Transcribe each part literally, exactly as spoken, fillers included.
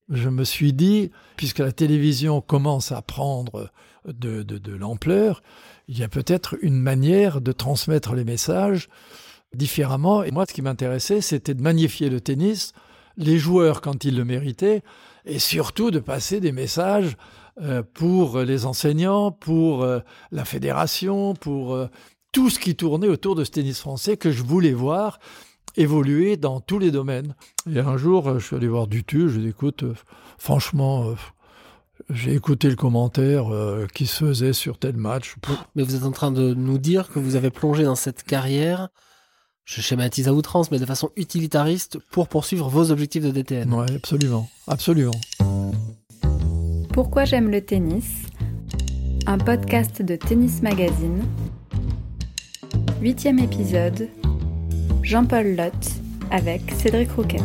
je me suis dit, puisque la télévision commence à prendre de, de, de l'ampleur, il y a peut-être une manière de transmettre les messages différemment. Et moi, ce qui m'intéressait, c'était de magnifier le tennis, les joueurs quand ils le méritaient, et surtout de passer des messages euh, pour les enseignants, pour euh, la fédération, pour euh, tout ce qui tournait autour de ce tennis français que je voulais voir évoluer dans tous les domaines. Et un jour, je suis allé voir Dutu, je lui ai dit, écoute, euh, franchement... Euh, j'ai écouté le commentaire euh, qui se faisait sur tel match. Mais vous êtes en train de nous dire que vous avez plongé dans cette carrière, je schématise à outrance, mais de façon utilitariste, pour poursuivre vos objectifs de D T N. Oui, absolument, absolument. Pourquoi j'aime le tennis ? Un podcast de Tennis Magazine. Huitième épisode. Jean-Paul Lotte avec Cédric Rouquette.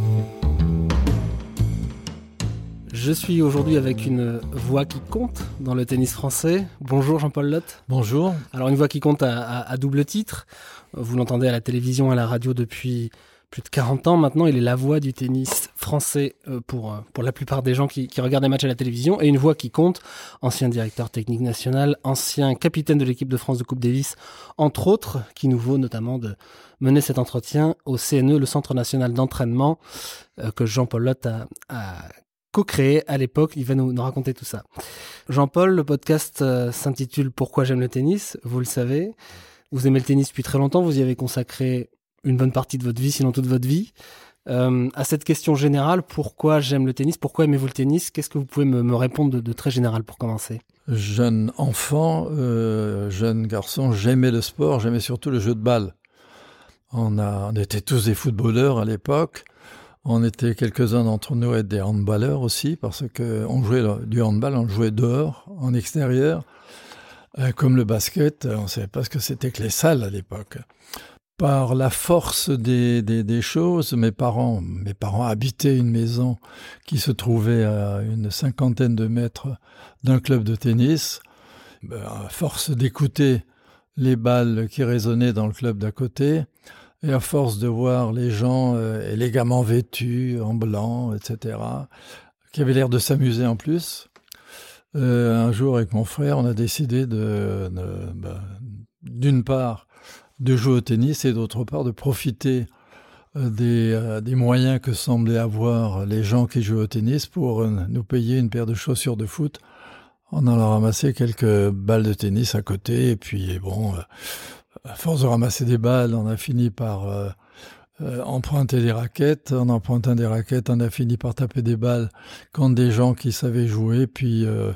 Je suis aujourd'hui avec une voix qui compte dans le tennis français. Bonjour Jean-Paul Lotte. Bonjour. Alors une voix qui compte à, à, à double titre. Vous l'entendez à la télévision, à la radio depuis plus de quarante ans maintenant. Il est la voix du tennis français pour, pour la plupart des gens qui, qui regardent des matchs à la télévision. Et une voix qui compte, ancien directeur technique national, ancien capitaine de l'équipe de France de Coupe Davis, entre autres, qui nous vaut notamment de mener cet entretien au C N E, le Centre national d'entraînement, euh, que Jean-Paul Lotte a, a co-créé à l'époque. Il va nous, nous raconter tout ça. Jean-Paul, le podcast euh, s'intitule « Pourquoi j'aime le tennis ?» Vous le savez. Vous aimez le tennis depuis très longtemps. Vous y avez consacré une bonne partie de votre vie, sinon toute votre vie. Euh, à cette question générale, pourquoi j'aime le tennis ? Pourquoi aimez-vous le tennis ? Qu'est-ce que vous pouvez me, me répondre de, de très général pour commencer ? Jeune enfant, euh, jeune garçon, j'aimais le sport, j'aimais surtout le jeu de balle. On, a, on était tous des footballeurs à l'époque. On était quelques-uns d'entre nous être des handballeurs aussi, parce qu'on jouait du handball, on jouait dehors, en extérieur. Euh, comme le basket, on ne savait pas ce que c'était que les salles à l'époque. Par la force des, des, des choses, mes parents, mes parents habitaient une maison qui se trouvait à une cinquantaine de mètres d'un club de tennis. Ben, à force d'écouter les balles qui résonnaient dans le club d'à côté, et à force de voir les gens euh, élégamment vêtus, en blanc, et cetera, qui avaient l'air de s'amuser en plus, euh, un jour avec mon frère, on a décidé de, de ben, d'une part, de jouer au tennis et d'autre part de profiter euh, des, euh, des moyens que semblaient avoir les gens qui jouaient au tennis pour euh, nous payer une paire de chaussures de foot en allant ramasser quelques balles de tennis à côté. Et puis bon, euh, à force de ramasser des balles, on a fini par euh, euh, emprunter des raquettes. En empruntant des raquettes, on a fini par taper des balles contre des gens qui savaient jouer. Puis euh,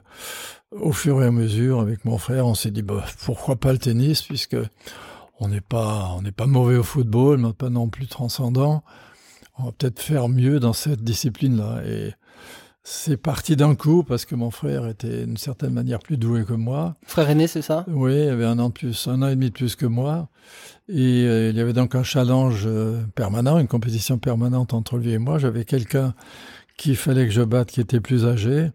au fur et à mesure, avec mon frère, on s'est dit bah, pourquoi pas le tennis, puisque on n'est pas, on n'est pas mauvais au football, mais pas non plus transcendant. On va peut-être faire mieux dans cette discipline-là. Et c'est parti d'un coup, parce que mon frère était d'une certaine manière plus doué que moi. Frère aîné, c'est ça ? Oui, il avait un an de plus, un an et demi de plus que moi. Et euh, il y avait donc un challenge euh, permanent, une compétition permanente entre lui et moi. J'avais quelqu'un qu'il fallait que je batte qui était plus âgé.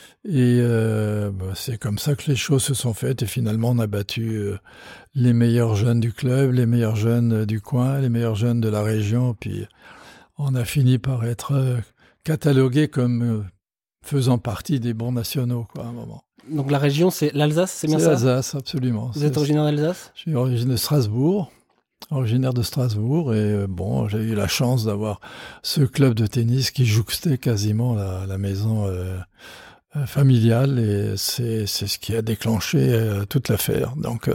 Et euh, bah, c'est comme ça que les choses se sont faites. Et finalement, on a battu euh, les meilleurs jeunes du club, les meilleurs jeunes euh, du coin, les meilleurs jeunes de la région. Puis on a fini par être euh, catalogués comme euh, faisant partie des bons nationaux, quoi, à un moment. Donc la région, c'est l'Alsace, c'est bien c'est ça ? C'est l'Alsace, absolument. Vous êtes originaire d'Alsace ? Je suis originaire de Strasbourg. Originaire de Strasbourg, et euh, bon, j'ai eu la chance d'avoir ce club de tennis qui jouxtait quasiment la, la maison euh, euh, familiale, et c'est, c'est ce qui a déclenché euh, toute l'affaire. Donc, euh,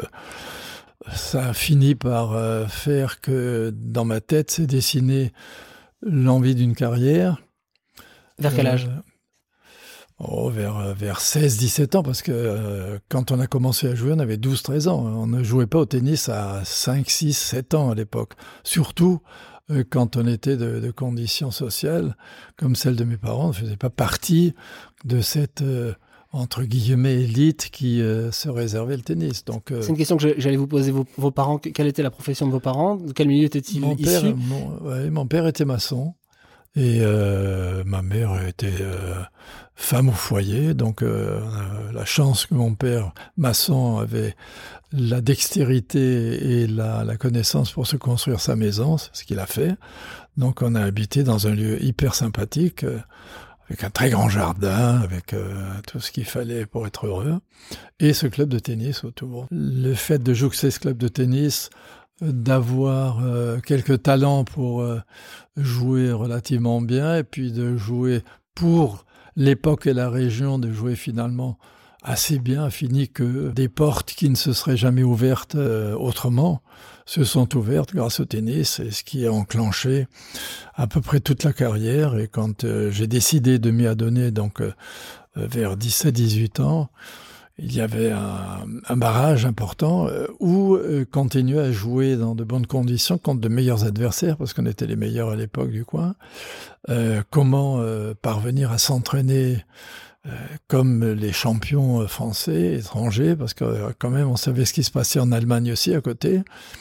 ça a fini par euh, faire que dans ma tête s'est dessinée l'envie d'une carrière. Vers quel âge ? euh, Oh, vers, vers seize dix-sept ans, parce que euh, quand on a commencé à jouer, on avait douze treize ans. On ne jouait pas au tennis à cinq six sept ans à l'époque. Surtout euh, quand on était de, de conditions sociales, comme celle de mes parents, on ne faisait pas partie de cette, euh, entre guillemets, élite qui euh, se réservait le tennis. Donc, euh, c'est une question que j'allais vous poser. Vos, vos parents, quelle était la profession de vos parents ? De quel milieu étaient-ils mon issus ? père, mon, ouais, mon père était maçon. Et euh, ma mère était euh, femme au foyer, donc euh, la chance que mon père, maçon, avait la dextérité et la, la connaissance pour se construire sa maison, c'est ce qu'il a fait. Donc on a habité dans un lieu hyper sympathique, euh, avec un très grand jardin, avec euh, tout ce qu'il fallait pour être heureux, et ce club de tennis autour. Le fait de jouxer ce club de tennis, d'avoir euh, quelques talents pour euh, jouer relativement bien, et puis de jouer pour l'époque et la région, de jouer finalement assez bien, a fini que des portes qui ne se seraient jamais ouvertes euh, autrement se sont ouvertes grâce au tennis, et ce qui a enclenché à peu près toute la carrière. Et quand euh, j'ai décidé de m'y adonner, donc euh, vers dix-sept dix-huit ans, il y avait un, un barrage important euh, où euh, continuer à jouer dans de bonnes conditions contre de meilleurs adversaires, parce qu'on était les meilleurs à l'époque du coin. Euh, comment euh, parvenir à s'entraîner euh, comme les champions français, étrangers, parce que euh, quand même on savait ce qui se passait en Allemagne aussi à côté.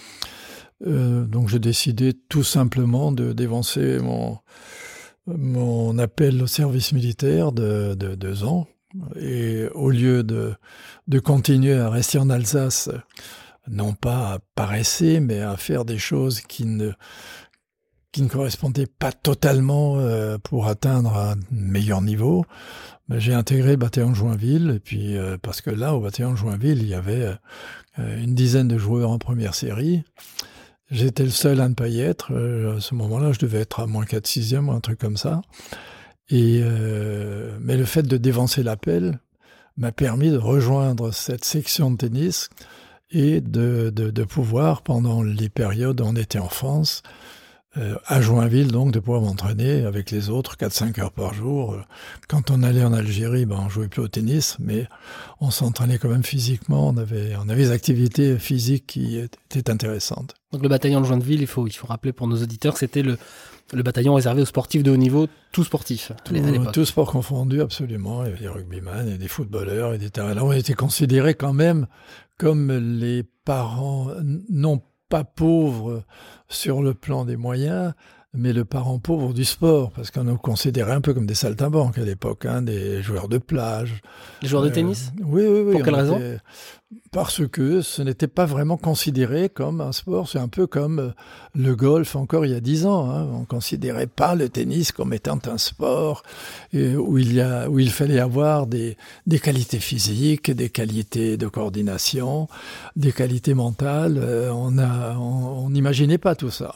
Euh, donc j'ai décidé tout simplement de d'évancer mon mon appel au service militaire de, de deux ans. Et au lieu de, de continuer à rester en Alsace, non pas à paresser, mais à faire des choses qui ne, qui ne correspondaient pas totalement euh, pour atteindre un meilleur niveau, ben, j'ai intégré le bataillon de Joinville. Et puis, euh, parce que là, au bataillon de Joinville, il y avait euh, une dizaine de joueurs en première série. J'étais le seul à ne pas y être. Euh, à ce moment-là, je devais être à moins quatre sixième ou un truc comme ça. Et euh, mais le fait de dévancer l'appel m'a permis de rejoindre cette section de tennis et de, de, de pouvoir, pendant les périodes où on était en France, euh, à Joinville, donc, de pouvoir m'entraîner avec les autres quatre cinq heures par jour. Quand on allait en Algérie, ben, on jouait plus au tennis, mais on s'entraînait quand même physiquement. On avait, on avait des activités physiques qui étaient intéressantes. Donc le bataillon de Joinville, il faut, il faut rappeler pour nos auditeurs que c'était le, le bataillon réservé aux sportifs de haut niveau, tout sportifs tout, à l'époque. Tout sport confondu, absolument. Il y avait des rugbyman, il y avait des footballeurs, et des terrains. Là, on était considérés quand même comme les parents, non pas pauvres sur le plan des moyens, mais le parent pauvre du sport, parce qu'on nous considérait un peu comme des saltimbanques à l'époque, hein, des joueurs de plage. Les joueurs de euh, tennis ? Oui, oui, oui. Pour quelle raison ? était... Parce que ce n'était pas vraiment considéré comme un sport. C'est un peu comme le golf encore il y a dix ans. Hein. On ne considérait pas le tennis comme étant un sport et où, il y a, où il fallait avoir des, des qualités physiques, des qualités de coordination, des qualités mentales. Euh, on a, on n'imaginait pas tout ça.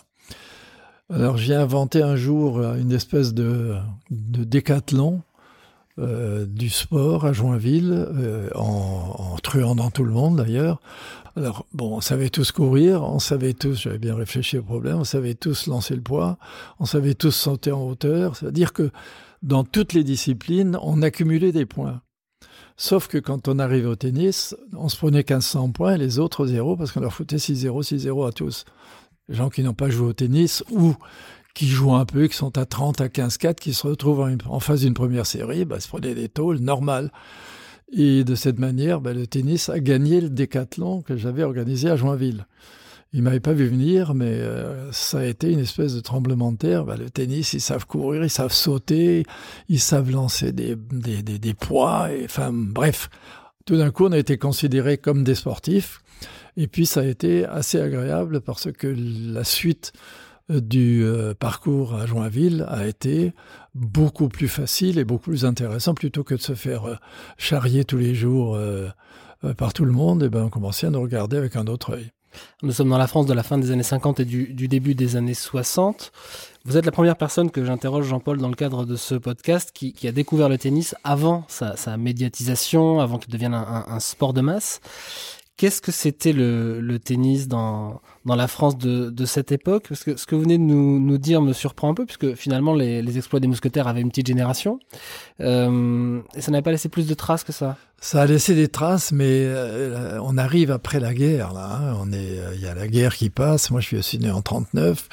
Alors j'ai inventé un jour une espèce de, de décathlon euh, du sport à Joinville, euh, en, en truand dans tout le monde d'ailleurs. Alors bon, on savait tous courir, on savait tous, j'avais bien réfléchi au problème, on savait tous lancer le poids, on savait tous sauter en hauteur. C'est-à-dire que dans toutes les disciplines, on accumulait des points. Sauf que quand on arrivait au tennis, on se prenait quinze cents points et les autres zéro, parce qu'on leur foutait six zéro, six zéro à tous. Les gens qui n'ont pas joué au tennis ou qui jouent un peu, qui sont à trente, à quinze quatre, qui se retrouvent en, en phase d'une première série, bah, se prenaient des tôles normales. Et de cette manière, bah, le tennis a gagné le décathlon que j'avais organisé à Joinville. Ils ne m'avaient pas vu venir, mais euh, ça a été une espèce de tremblement de terre. Bah, le tennis, ils savent courir, ils savent sauter, ils savent lancer des, des, des, des poids. Et, enfin, bref, tout d'un coup, on a été considérés comme des sportifs. Et puis, ça a été assez agréable parce que la suite du euh, parcours à Joinville a été beaucoup plus facile et beaucoup plus intéressant. Plutôt que de se faire euh, charrier tous les jours euh, euh, par tout le monde, et ben, on commençait à nous regarder avec un autre œil. Nous sommes dans la France de la fin des années cinquante et du, du début des années soixante. Vous êtes la première personne que j'interroge, Jean-Paul, dans le cadre de ce podcast qui, qui a découvert le tennis avant sa, sa médiatisation, avant qu'il devienne un, un, un sport de masse. Qu'est-ce que c'était le, le tennis dans, dans la France de, de cette époque ? Parce que ce que vous venez de nous, nous dire me surprend un peu, puisque finalement les, les exploits des mousquetaires avaient une petite génération. Euh, et ça n'avait pas laissé plus de traces que ça ? Ça a laissé des traces, mais euh, on arrive après la guerre. Là, hein. On est, il y a la guerre qui passe. Moi, je suis aussi né en trente-neuf.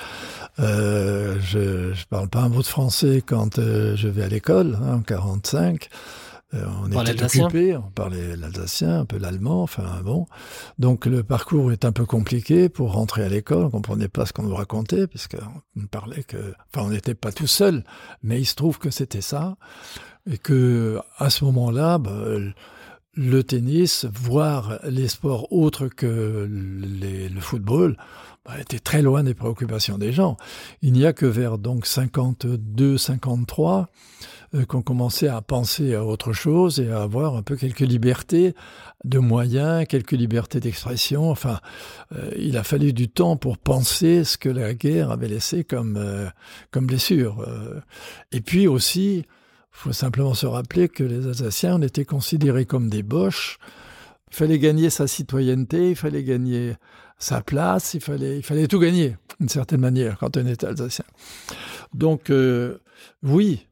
Euh, je je parle pas un mot de français quand euh, je vais à l'école, hein, en quarante-cinq. Euh, on Par était occupés, on parlait l'alsacien, un peu l'allemand, enfin bon. Donc le parcours est un peu compliqué pour rentrer à l'école. On comprenait pas ce qu'on nous racontait, puisqu'on parlait que, enfin, on n'était pas tout seul, mais il se trouve que c'était ça, et que à ce moment-là, bah, le tennis, voire les sports autres que les, le football, bah, était très loin des préoccupations des gens. Il n'y a que vers donc cinquante-deux cinquante-trois euh, qu'on commençait à penser à autre chose et à avoir un peu quelques libertés de moyens, quelques libertés d'expression. Enfin, euh, il a fallu du temps pour penser ce que la guerre avait laissé comme, euh, comme blessure. Euh, et puis aussi, il faut simplement se rappeler que les Alsaciens, on était considérés comme des boches. Il fallait gagner sa citoyenneté, il fallait gagner sa place, il fallait, il fallait tout gagner, d'une certaine manière, quand on était Alsacien. Donc, euh, oui,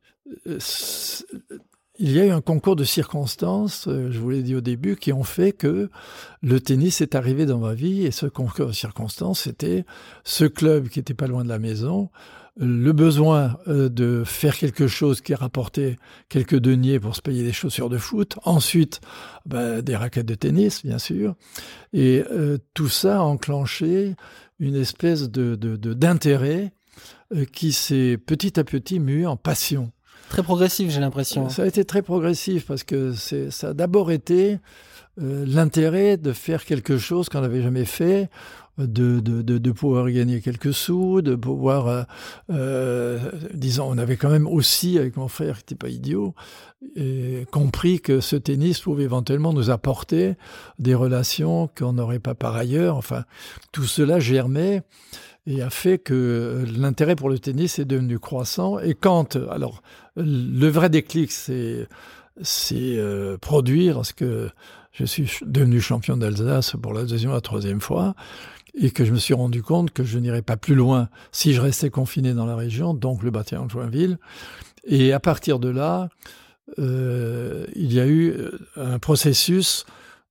il y a eu un concours de circonstances, je vous l'ai dit au début, qui ont fait que le tennis est arrivé dans ma vie, et ce concours de circonstances, c'était ce club qui n'était pas loin de la maison, le besoin de faire quelque chose qui rapportait quelques deniers pour se payer des chaussures de foot, ensuite ben, des raquettes de tennis, bien sûr, et euh, tout ça a enclenché une espèce de, de, de, d'intérêt euh, qui s'est petit à petit mué en passion. Très progressif, j'ai l'impression. Ça a été très progressif parce que c'est, ça a d'abord été euh, l'intérêt de faire quelque chose qu'on n'avait jamais fait, de, de, de, de pouvoir gagner quelques sous, de pouvoir, euh, euh, disons, on avait quand même aussi, avec mon frère qui n'était pas idiot, et compris que ce tennis pouvait éventuellement nous apporter des relations qu'on n'aurait pas par ailleurs. Enfin, tout cela germait et a fait que l'intérêt pour le tennis est devenu croissant. Et quand, alors, le vrai déclic, c'est, c'est euh, produire, parce que je suis devenu champion d'Alsace pour la deuxième ou la troisième fois, et que je me suis rendu compte que je n'irais pas plus loin si je restais confiné dans la région, donc le bataillon de Joinville. Et à partir de là, euh, il y a eu un processus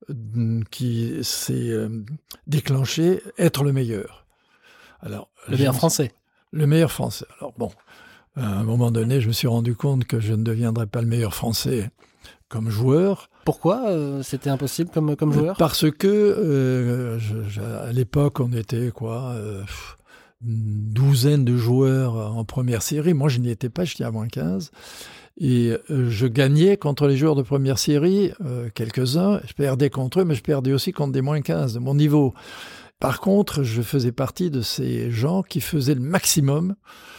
qui s'est déclenché, être le meilleur. Alors, le meilleur français. Le meilleur français. Alors bon, à un moment donné, je me suis rendu compte que je ne deviendrais pas le meilleur français comme joueur. Pourquoi euh, c'était impossible comme, comme joueur ? Parce que euh, je, je, à l'époque, on était quoi euh, une douzaine de joueurs en première série. Moi, je n'y étais pas, j'étais à moins quinze. Et euh, je gagnais contre les joueurs de première série, euh, quelques-uns. Je perdais contre eux, mais je perdais aussi contre des moins quinze de mon niveau. Par contre, je faisais partie de ces gens qui faisaient le maximum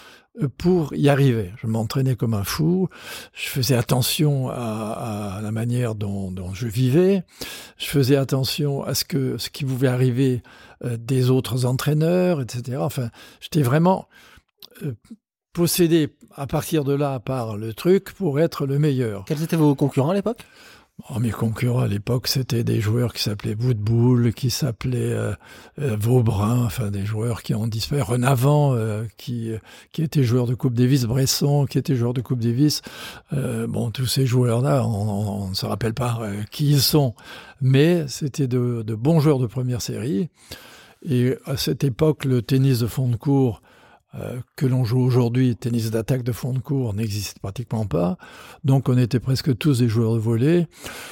pour y arriver. Je m'entraînais comme un fou, je faisais attention à, à la manière dont, dont je vivais, je faisais attention à ce, que, ce qui pouvait arriver euh, des autres entraîneurs, et cetera. Enfin, j'étais vraiment euh, possédé à partir de là par le truc pour être le meilleur. Quels étaient vos concurrents à l'époque ? Oh, mes concurrents à l'époque, c'était des joueurs qui s'appelaient Boutboul, qui s'appelaient euh, euh, Vaubrin, enfin des joueurs qui ont disparu, Renavant, euh, qui, qui était joueur de Coupe Davis, Bresson, qui était joueur de Coupe Davis. Euh, bon, tous ces joueurs-là, on ne se rappelle pas euh, qui ils sont, mais c'était de, de bons joueurs de première série. Et à cette époque, le tennis de fond de cours, Euh, que l'on joue aujourd'hui, tennis d'attaque de fond de cours, n'existe pratiquement pas. Donc on était presque tous des joueurs de volley.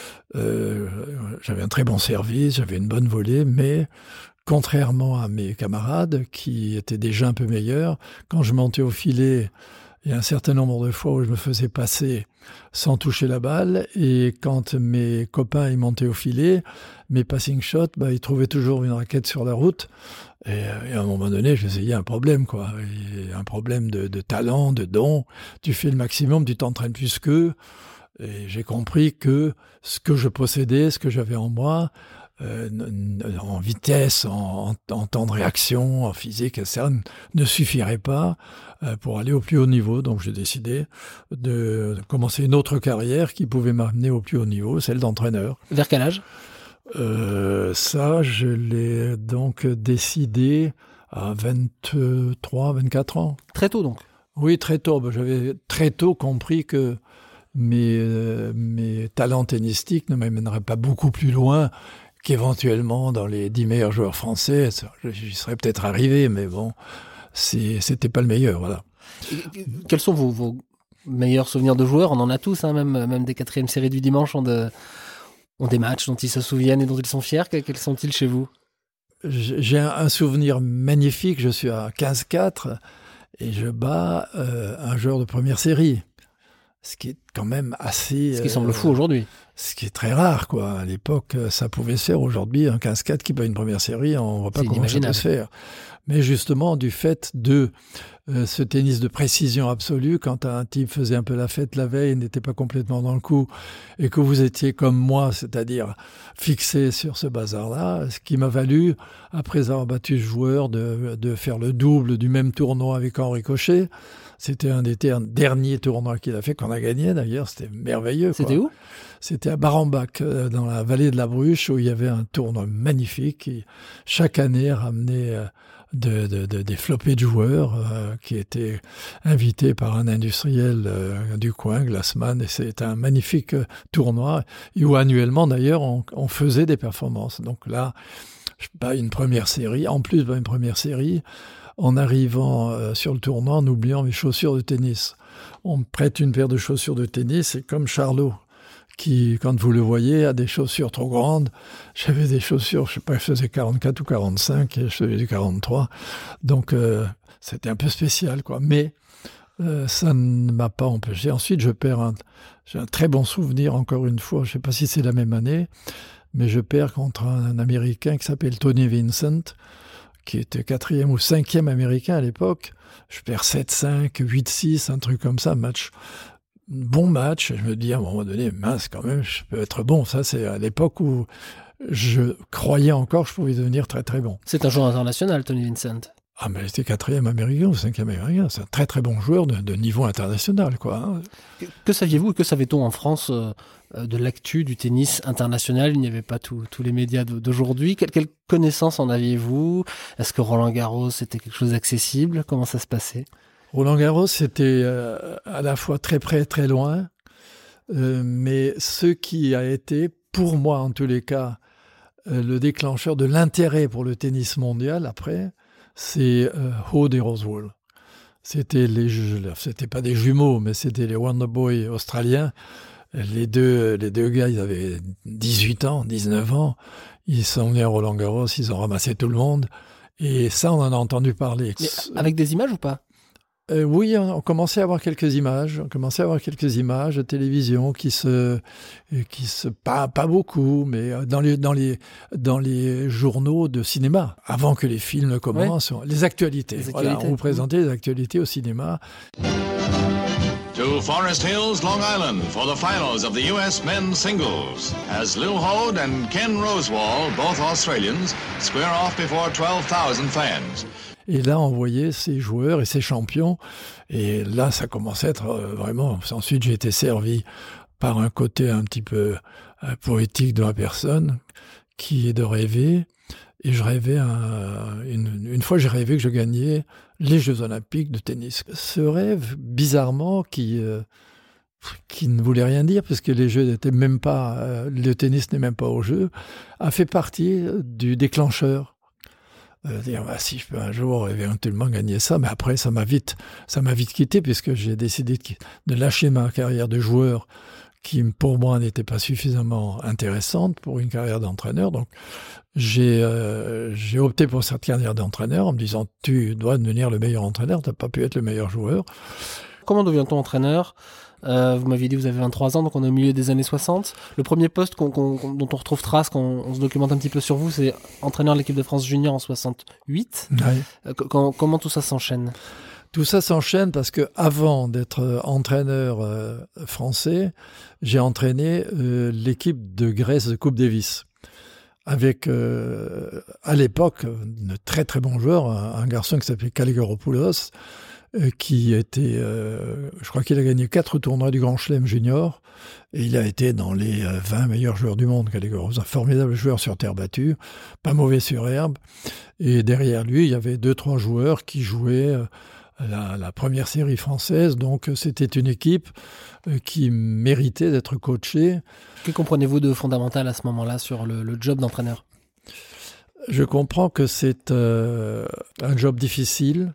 Euh, j'avais un très bon service, j'avais une bonne volée, mais contrairement à mes camarades qui étaient déjà un peu meilleurs, quand je montais au filet, il y a un certain nombre de fois où je me faisais passer sans toucher la balle, et quand mes copains ils montaient au filet, mes passing shots, bah, ils trouvaient toujours une raquette sur la route. Et, et à un moment donné, je me disais, il y a un problème, quoi. Il y a un problème de, de talent, de don. Tu fais le maximum, tu t'entraînes plus qu'eux. Et j'ai compris que ce que je possédais, ce que j'avais en moi, euh, en vitesse, en, en, en temps de réaction, en physique, et cetera, ne suffirait pas euh, pour aller au plus haut niveau. Donc j'ai décidé de, de commencer une autre carrière qui pouvait m'amener au plus haut niveau, celle d'entraîneur. Vers quel âge ? Euh, ça, je l'ai donc décidé à vingt-trois, vingt-quatre ans. Très tôt, donc ? Oui, très tôt. J'avais très tôt compris que mes, euh, mes talents tennistiques ne m'amèneraient pas beaucoup plus loin qu'éventuellement dans les dix meilleurs joueurs français. J'y serais peut-être arrivé, mais bon, c'est, c'était pas le meilleur, voilà. Et quels sont vos, vos meilleurs souvenirs de joueurs ? On en a tous, hein, même, même des quatrièmes séries du dimanche ont de... ont des matchs dont ils se souviennent et dont ils sont fiers. Quels sont-ils chez vous ? J'ai un souvenir magnifique. Je suis à quinze quatre et je bats euh, un joueur de première série. Ce qui est quand même assez... Ce qui euh, semble fou aujourd'hui. Ce qui est très rare, quoi. À l'époque, ça pouvait se faire. Aujourd'hui, un quinze quatre qui bat une première série, on ne voit pas C'est comment ça peut se faire. Mais justement, du fait de euh, ce tennis de précision absolue, quand un type faisait un peu la fête la veille, n'était pas complètement dans le coup, et que vous étiez comme moi, c'est-à-dire fixé sur ce bazar-là, ce qui m'a valu, après avoir battu ce joueur, de, de faire le double du même tournoi avec Henri Cochet. C'était un des derniers tournois qu'il a fait, qu'on a gagné d'ailleurs, c'était merveilleux. C'était quoi. où ? C'était à Barambach, dans la vallée de la Bruche, où il y avait un tournoi magnifique qui, chaque année, ramenait de, de, de, des flopées de joueurs euh, qui étaient invités par un industriel euh, du coin, Glassman, et c'était un magnifique tournoi, où annuellement, d'ailleurs, on, on faisait des performances. Donc là, je bats une première série, en plus, je bats une première série, en arrivant euh, sur le tournoi, en oubliant mes chaussures de tennis. On me prête une paire de chaussures de tennis, et comme Charlot, qui, quand vous le voyez, a des chaussures trop grandes. J'avais des chaussures, je sais pas, je faisais quarante-quatre ou quarante-cinq, et je faisais du quarante-trois. Donc, euh, c'était un peu spécial, quoi. Mais euh, ça ne m'a pas empêché. Ensuite, je perds un... J'ai un très bon souvenir, encore une fois, je sais pas si c'est la même année, mais je perds contre un, un Américain qui s'appelle Tony Vincent, qui était quatrième ou cinquième Américain à l'époque. Je perds sept cinq, huit six, un truc comme ça, match... Bon match, je me dis à un moment donné, mince quand même, je peux être bon. Ça, c'est à l'époque où je croyais encore que je pouvais devenir très très bon. C'est un joueur international, Tony Vincent. Ah, mais il était quatrième américain ou cinquième américain. C'est un très très bon joueur de, de niveau international, quoi. Que, que saviez-vous et que savait-on en France euh, de l'actu du tennis international ? Il n'y avait pas tous les médias d'aujourd'hui. Quelle, quelle connaissance en aviez-vous ? Est-ce que Roland Garros était quelque chose d'accessible ? Comment ça se passait ? Roland Garros, c'était euh, à la fois très près, très loin, euh, mais ce qui a été, pour moi en tous les cas, euh, le déclencheur de l'intérêt pour le tennis mondial après, c'est euh, Hode et Rosewall. C'était les, c'était pas des jumeaux, mais c'était les Wonder Boys australiens. Les deux, les deux gars, ils avaient dix-huit ans, dix-neuf ans. Ils sont venus à Roland Garros, ils ont ramassé tout le monde. Et ça, on en a entendu parler. Mais avec des images ou pas ? Euh, oui, on, on commençait à avoir quelques images. On commençait à avoir quelques images de télévision qui se, qui se pas pas beaucoup, mais dans les dans les dans les journaux de cinéma avant que les films ne commencent. Ouais. Les actualités. Les actualités. Voilà, on vous présentait les actualités au cinéma. To Forest Hills, Long Island, for the finals of the U S men's singles, as Lou Hode and Ken Rosewall, both Australians, square off before twelve thousand fans. Et là, on voyait ces joueurs et ces champions. Et là, ça commençait à être euh, vraiment... Ensuite, j'ai été servi par un côté un petit peu euh, poétique de la personne, qui est de rêver. Et je rêvais... Un, une, une fois, j'ai rêvé que je gagnais les Jeux Olympiques de tennis. Ce rêve, bizarrement, qui... Euh, qui ne voulait rien dire, parce que les jeux n'étaient même pas... Euh, le tennis n'est même pas au jeu, a fait partie du déclencheur. Euh, dire bah, si je peux un jour éventuellement gagner ça, mais après ça m'a vite ça m'a vite quitté, puisque j'ai décidé de, de lâcher ma carrière de joueur qui pour moi n'était pas suffisamment intéressante pour une carrière d'entraîneur. Donc j'ai euh, j'ai opté pour cette carrière d'entraîneur en me disant tu dois devenir le meilleur entraîneur, t'as pas pu être le meilleur joueur. Comment devient-on entraîneur ? Euh, vous m'aviez dit que vous avez vingt-trois ans, donc on est au milieu des années soixante. Le premier poste qu'on, qu'on, dont on retrouve trace quand on, on se documente un petit peu sur vous, c'est entraîneur de l'équipe de France junior en soixante-huit. Ouais. Euh, quand, comment tout ça s'enchaîne ? Tout ça s'enchaîne parce que avant d'être entraîneur euh, français, j'ai entraîné euh, l'équipe de Grèce de Coupe Davis. Avec, euh, à l'époque, de très très bons joueurs, un, un garçon qui s'appelait Kaligaropoulos, qui était, euh, je crois qu'il a gagné quatre tournois du Grand Chelem junior, et il a été dans les vingt meilleurs joueurs du monde. Kaligaropoulos, un formidable joueur sur terre battue, pas mauvais sur herbe, et derrière lui, il y avait deux, trois joueurs qui jouaient la, la première série française, donc c'était une équipe qui méritait d'être coachée. Que comprenez-vous de fondamental à ce moment-là sur le, le job d'entraîneur ? Je comprends que c'est euh, un job difficile,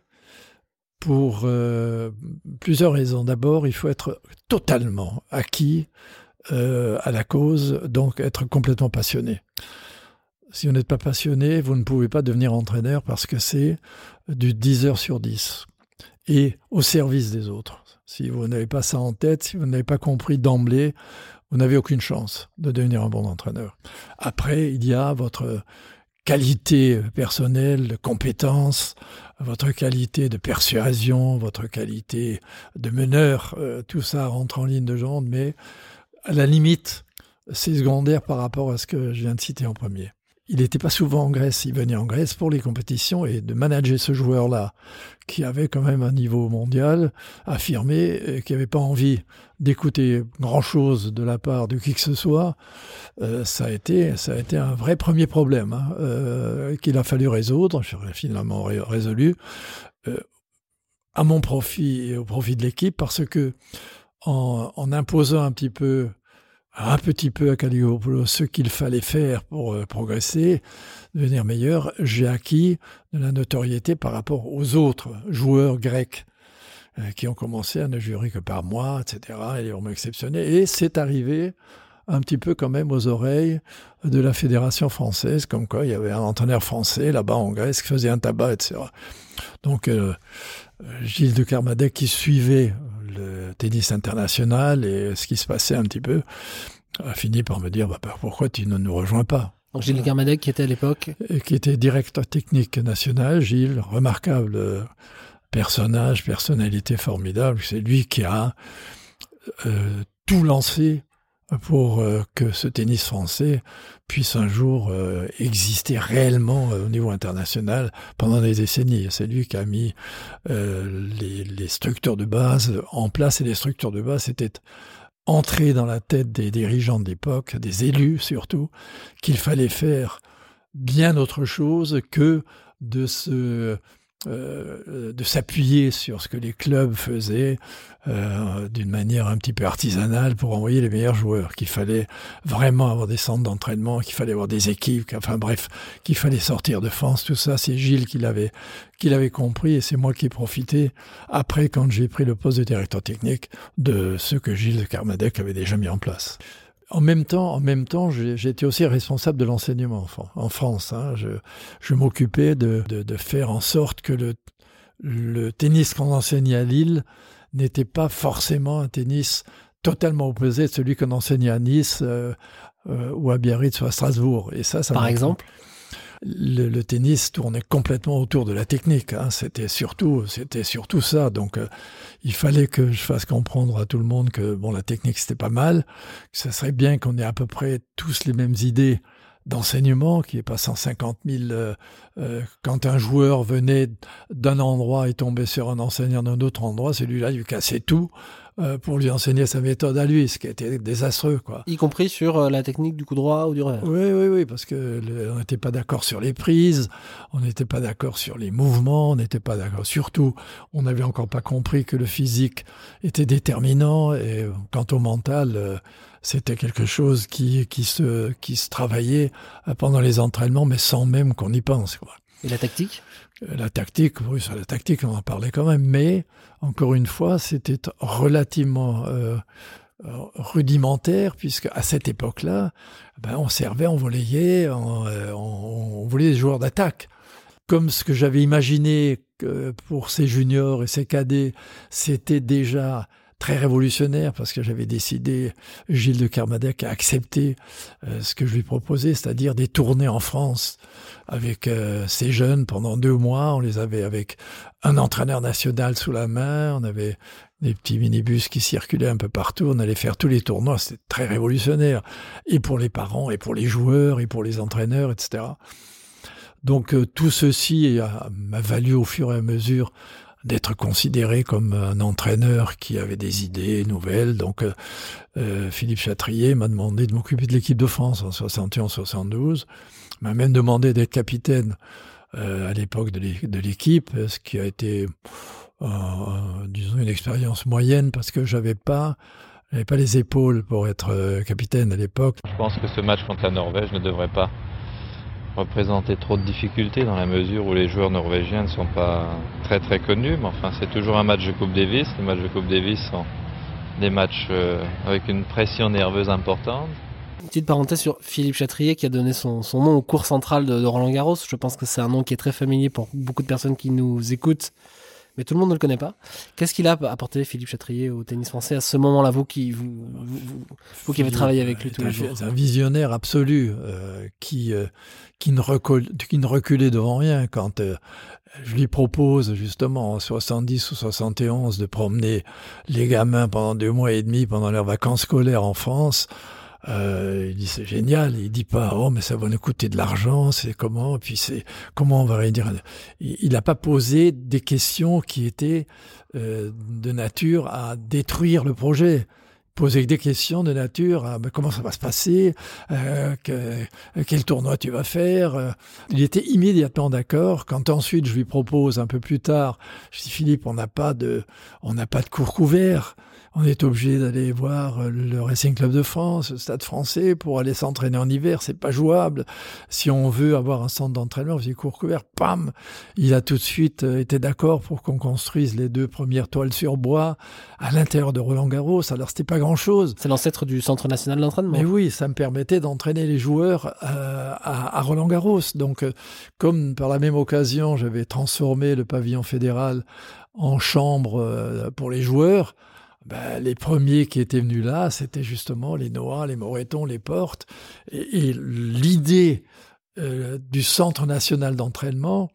pour euh, plusieurs raisons. D'abord, il faut être totalement acquis euh, à la cause, donc être complètement passionné. Si vous n'êtes pas passionné, vous ne pouvez pas devenir entraîneur, parce que c'est du dix heures sur dix et au service des autres. Si vous n'avez pas ça en tête, si vous n'avez pas compris d'emblée, vous n'avez aucune chance de devenir un bon entraîneur. Après, il y a votre qualité personnelle, de compétence, votre qualité de persuasion, votre qualité de meneur, euh, tout ça rentre en ligne de jante, mais à la limite, c'est secondaire par rapport à ce que je viens de citer en premier. Il n'était pas souvent en Grèce, il venait en Grèce pour les compétitions et de manager ce joueur-là, qui avait quand même un niveau mondial affirmé et qui n'avait pas envie d'écouter grand-chose de la part de qui que ce soit, euh, ça a été, ça a été un vrai premier problème hein, euh, qu'il a fallu résoudre, je l'ai finalement ré- résolu, euh, à mon profit et au profit de l'équipe, parce que en, en imposant un petit peu un petit peu à Kaliopoulos ce qu'il fallait faire pour euh, progresser, devenir meilleur, j'ai acquis de la notoriété par rapport aux autres joueurs grecs euh, qui ont commencé à ne jurer que par moi, et cetera, et on m'a exceptionné. Et c'est arrivé un petit peu quand même aux oreilles de la fédération française, comme quoi il y avait un entraîneur français là-bas en Grèce qui faisait un tabac, et cetera. Donc euh, Gilles de Kermadec qui suivait le tennis international et ce qui se passait un petit peu, a fini par me dire bah, « pourquoi tu ne nous rejoins pas ?» Donc Gilles de Kermadec qui était à l'époque et qui était directeur technique national, Gilles, remarquable personnage, personnalité formidable. C'est lui qui a euh, tout lancé pour euh, que ce tennis français puisse un jour euh, exister réellement euh, au niveau international pendant des décennies. C'est lui qui a mis euh, les, les structures de base en place, et les structures de base étaient entrées dans la tête des dirigeants de l'époque, des élus surtout, qu'il fallait faire bien autre chose que de se... Euh, de s'appuyer sur ce que les clubs faisaient euh, d'une manière un petit peu artisanale pour envoyer les meilleurs joueurs, qu'il fallait vraiment avoir des centres d'entraînement, qu'il fallait avoir des équipes, enfin bref, qu'il fallait sortir de France, tout ça, c'est Gilles qui l'avait, qui l'avait compris et c'est moi qui ai profité, après quand j'ai pris le poste de directeur technique, de ce que Gilles de Kermadec avait déjà mis en place. En même temps, en même temps, j'ai, j'ai été aussi responsable de l'enseignement en, en France. Hein. Je, je m'occupais de, de, de faire en sorte que le, le tennis qu'on enseignait à Lille n'était pas forcément un tennis totalement opposé de celui qu'on enseignait à Nice euh, euh, ou à Biarritz ou à Strasbourg. Et ça, ça Par exemple le, le tennis tournait complètement autour de la technique. Hein. C'était surtout, c'était surtout ça. Donc, euh, il fallait que je fasse comprendre à tout le monde que bon, la technique c'était pas mal, que ça serait bien qu'on ait à peu près tous les mêmes idées d'enseignement, qu'il n'y ait pas cent cinquante mille. Euh, euh, quand un joueur venait d'un endroit et tombait sur un enseignant d'un autre endroit, celui-là lui cassait tout euh, pour lui enseigner sa méthode à lui, ce qui était désastreux, quoi. Y compris sur euh, la technique du coup droit ou du revers. Oui, oui, oui, parce que le, on n'était pas d'accord sur les prises, on n'était pas d'accord sur les mouvements, on n'était pas d'accord. Surtout, on n'avait encore pas compris que le physique était déterminant, et quant au mental, euh, c'était quelque chose qui, qui, se, qui se travaillait pendant les entraînements, mais sans même qu'on y pense, quoi. Et la tactique ? La tactique, oui, sur la tactique, on en parlait quand même, mais encore une fois, c'était relativement euh, rudimentaire, puisque à cette époque-là, ben, on servait, on volleyait, on, on, on voulait des joueurs d'attaque. Comme ce que j'avais imaginé que pour ces juniors et ces cadets, c'était déjà très révolutionnaire, parce que j'avais décidé, Gilles de Kermadec a accepté euh, ce que je lui proposais, c'est-à-dire des tournées en France avec euh, ces jeunes pendant deux mois. On les avait avec un entraîneur national sous la main, on avait des petits minibus qui circulaient un peu partout, on allait faire tous les tournois, c'était très révolutionnaire, et pour les parents, et pour les joueurs, et pour les entraîneurs, et cetera. Donc euh, tout ceci a, m'a valu au fur et à mesure d'être considéré comme un entraîneur qui avait des idées nouvelles. Donc, euh, euh, Philippe Chatrier m'a demandé de m'occuper de l'équipe de France en soixante et onze soixante-douze. M'a même demandé d'être capitaine euh, à l'époque de, l'é- de l'équipe, ce qui a été, euh, disons, une expérience moyenne parce que j'avais pas, j'avais pas les épaules pour être euh, capitaine à l'époque. Je pense que ce match contre la Norvège ne devrait pas représenter trop de difficultés dans la mesure où les joueurs norvégiens ne sont pas très très connus, mais enfin c'est toujours un match de Coupe Davis. Les matchs de Coupe Davis sont des matchs euh, avec une pression nerveuse importante. Une petite parenthèse sur Philippe Chatrier qui a donné son, son nom au cours central de, de Roland Garros. Je pense que c'est un nom qui est très familier pour beaucoup de personnes qui nous écoutent, mais tout le monde ne le connaît pas. Qu'est-ce qu'il a apporté, Philippe Chatrier, au tennis français à ce moment-là, vous qui, vous, vous, vous, vous qui avez travaillé avec lui tous les jours? C'est un visionnaire absolu euh, qui, euh, qui, ne recul, qui ne reculait devant rien. Quand euh, je lui propose justement en soixante-dix ou soixante et onze de promener les gamins pendant deux mois et demi pendant leurs vacances scolaires en France, Euh, il dit c'est génial. Il dit pas oh mais ça va nous coûter de l'argent, c'est comment, puis c'est comment on va réunir. Il n'a pas posé des questions qui étaient euh, de nature à détruire le projet. Poser des questions de nature à ben, comment ça va se passer, euh, que, quel tournoi tu vas faire. Il était immédiatement d'accord. Quand ensuite je lui propose un peu plus tard, je dis Philippe, on n'a pas de, on n'a pas de cours couverts. On est obligé d'aller voir le Racing Club de France, le Stade Français, pour aller s'entraîner en hiver. C'est pas jouable. Si on veut avoir un centre d'entraînement, on fait cours couverts. Pam, il a tout de suite été d'accord pour qu'on construise les deux premières toiles sur bois à l'intérieur de Roland-Garros. Alors c'était pas grand-chose. C'est l'ancêtre du Centre national d'entraînement. Mais oui, ça me permettait d'entraîner les joueurs euh, à, à Roland-Garros. Donc, euh, comme par la même occasion, j'avais transformé le pavillon fédéral en chambre euh, pour les joueurs. Ben, les premiers qui étaient venus là, c'était justement les Noah, les Moreton, les Portes. Et, et l'idée euh, du Centre national d'entraînement,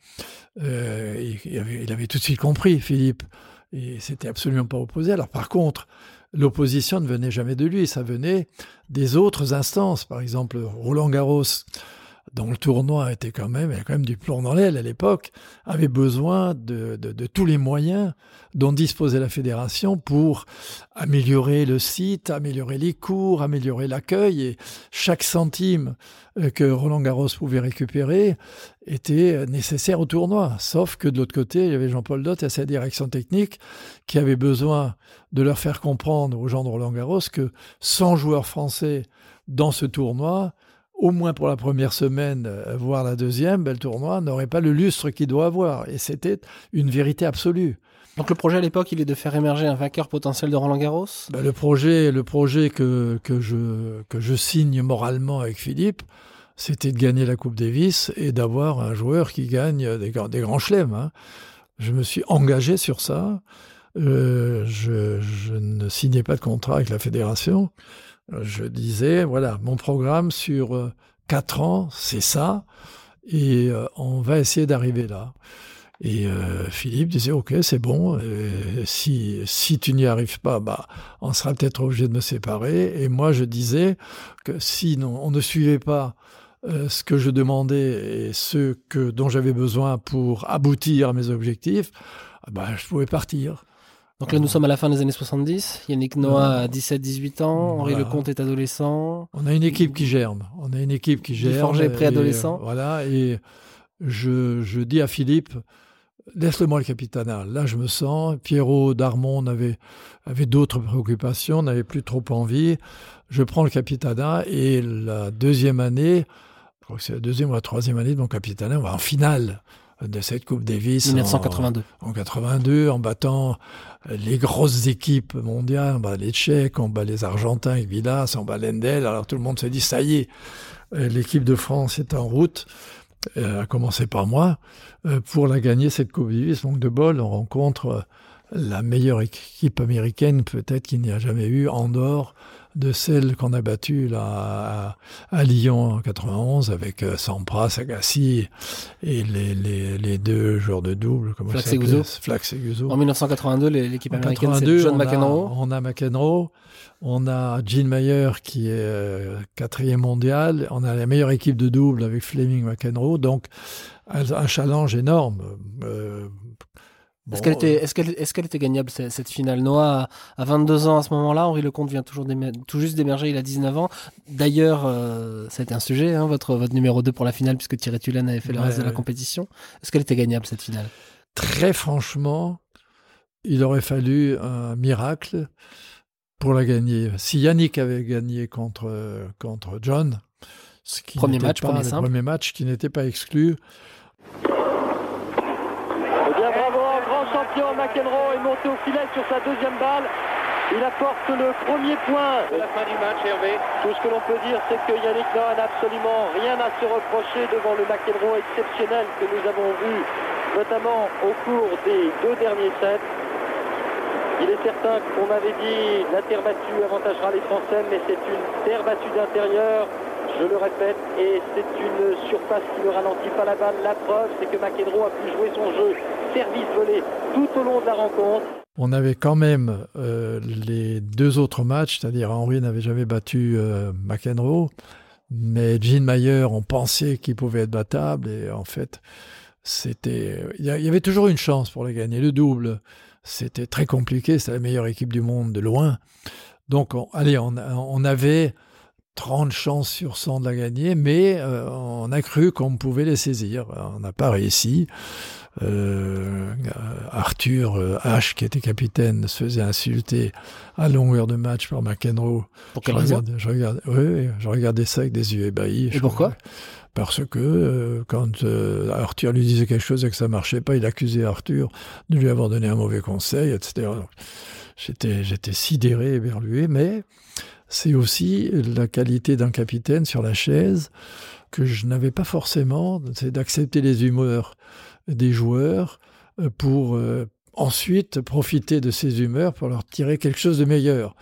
euh, il, avait, il avait tout de suite compris, Philippe. Et c'était absolument pas opposé. Alors par contre, l'opposition ne venait jamais de lui, ça venait des autres instances. Par exemple, Roland-Garros, dont le tournoi était quand même, il y a quand même du plomb dans l'aile à l'époque, avait besoin de, de, de tous les moyens dont disposait la fédération pour améliorer le site, améliorer les cours, améliorer l'accueil. Et chaque centime que Roland-Garros pouvait récupérer était nécessaire au tournoi. Sauf que de l'autre côté, il y avait Jean-Paul Dott et sa direction technique qui avait besoin de leur faire comprendre aux gens de Roland-Garros que cent joueurs français dans ce tournoi, au moins pour la première semaine, voire la deuxième, ben, le tournoi n'aurait pas le lustre qu'il doit avoir. Et c'était une vérité absolue. Donc le projet à l'époque, il est de faire émerger un vainqueur potentiel de Roland-Garros ? Ben, le projet, le projet que, que, je, que je signe moralement avec Philippe, c'était de gagner la Coupe Davis et d'avoir un joueur qui gagne des, des grands chelems. Hein. Je me suis engagé sur ça. Euh, je, je ne signais pas de contrat avec la fédération. Je disais, voilà, mon programme sur euh, quatre ans, c'est ça, et euh, on va essayer d'arriver là. Et euh, Philippe disait, ok, c'est bon, euh, si, si tu n'y arrives pas, bah, on sera peut-être obligé de me séparer. Et moi, je disais que si non, on ne suivait pas euh, ce que je demandais et ce que, dont j'avais besoin pour aboutir à mes objectifs, bah, je pouvais partir. Donc là, nous sommes à la fin des années soixante-dix. Yannick Noah a dix-sept dix-huit ans. Henri Voilà. Lecomte est adolescent. On a une équipe qui germe. On a une équipe qui germe. Forget est préadolescent. Et, euh, voilà. Et je, je dis à Philippe, laisse-le-moi le capitanat. Là, je me sens. Pierrot Darmon avait, avait d'autres préoccupations, n'avait plus trop envie. Je prends le capitanat et la deuxième année, je crois que c'est la deuxième ou la troisième année de mon capitanat, on va en finale de cette Coupe Davis dix-neuf cent quatre-vingt-deux. En, en quatre-vingt-deux, en battant les grosses équipes mondiales. On bat les Tchèques, on bat les Argentins avec Vilas, on bat Lendl. Alors tout le monde se dit, ça y est, l'équipe de France est en route, euh, à commencer par moi, euh, pour la gagner, cette Coupe Davis. Donc de bol, on rencontre la meilleure équipe américaine peut-être qu'il n'y a jamais eu, en dehors de celle qu'on a battue là, à, à Lyon en quatre-vingt-onze avec euh, Sampras, Agassi et les, les, les deux joueurs de double. Comment Flax et Guzzo. Flax et Guzzo. En dix-neuf cent quatre-vingt-deux, l'équipe En américaine, c'est quatre-vingt-deux, John on McEnroe. A, on a McEnroe, on a Gene Mayer qui est euh, quatrième mondial, on a la meilleure équipe de double avec Fleming McEnroe, donc un, un challenge énorme. Euh, Bon, est-ce, qu'elle était, euh, est-ce, qu'elle, est-ce qu'elle était gagnable, cette, cette finale ? Noah a vingt-deux ans à ce moment-là, Henri Lecomte vient toujours d'émer, tout juste d'émerger, il a dix-neuf ans. D'ailleurs, euh, ça a été un sujet, hein, votre, votre numéro deux pour la finale, puisque Thierry Tulane avait fait le ouais, reste de la ouais. compétition. Est-ce qu'elle était gagnable, cette finale ? Très franchement, il aurait fallu un miracle pour la gagner. Si Yannick avait gagné contre, contre John, ce qui premier n'était match, pas, premier le simple. premier match qui n'était pas exclu. Bien bravo, grand champion McEnroe est monté au filet sur sa deuxième balle. Il apporte le premier point de la fin du match, Hervé. Tout ce que l'on peut dire, c'est que Yannick Noah n'a absolument rien à se reprocher devant le McEnroe exceptionnel que nous avons vu notamment au cours des deux derniers sets. Il est certain qu'on avait dit la terre battue avantagera les Français, mais c'est une terre battue d'intérieur, je le répète, et c'est une surface qui ne ralentit pas la balle. La preuve, c'est que McEnroe a pu jouer son jeu service-volé tout au long de la rencontre. On avait quand même euh, les deux autres matchs, c'est-à-dire Henry n'avait jamais battu euh, McEnroe, mais Gene Mayer, on pensait qu'il pouvait être battable, et en fait, c'était, il y avait toujours une chance pour les gagner. Le double, c'était très compliqué, c'était la meilleure équipe du monde de loin. Donc, on, allez, on, on avait trente chances sur cent de la gagner, mais euh, on a cru qu'on pouvait les saisir. On n'a pas réussi. Euh, Arthur euh, Ashe, qui était capitaine, se faisait insulter à longueur de match par McEnroe. Pour quelle je raison regardais, je regardais, oui, oui, je regardais ça avec des yeux ébahis. Et pourquoi ? Parce que euh, quand euh, Arthur lui disait quelque chose et que ça marchait pas, il accusait Arthur de lui avoir donné un mauvais conseil, et cetera. Donc, j'étais, j'étais sidéré, éberlué, mais c'est aussi la qualité d'un capitaine sur la chaise que je n'avais pas forcément, c'est d'accepter les humeurs des joueurs pour euh, ensuite profiter de ces humeurs pour leur tirer quelque chose de meilleur.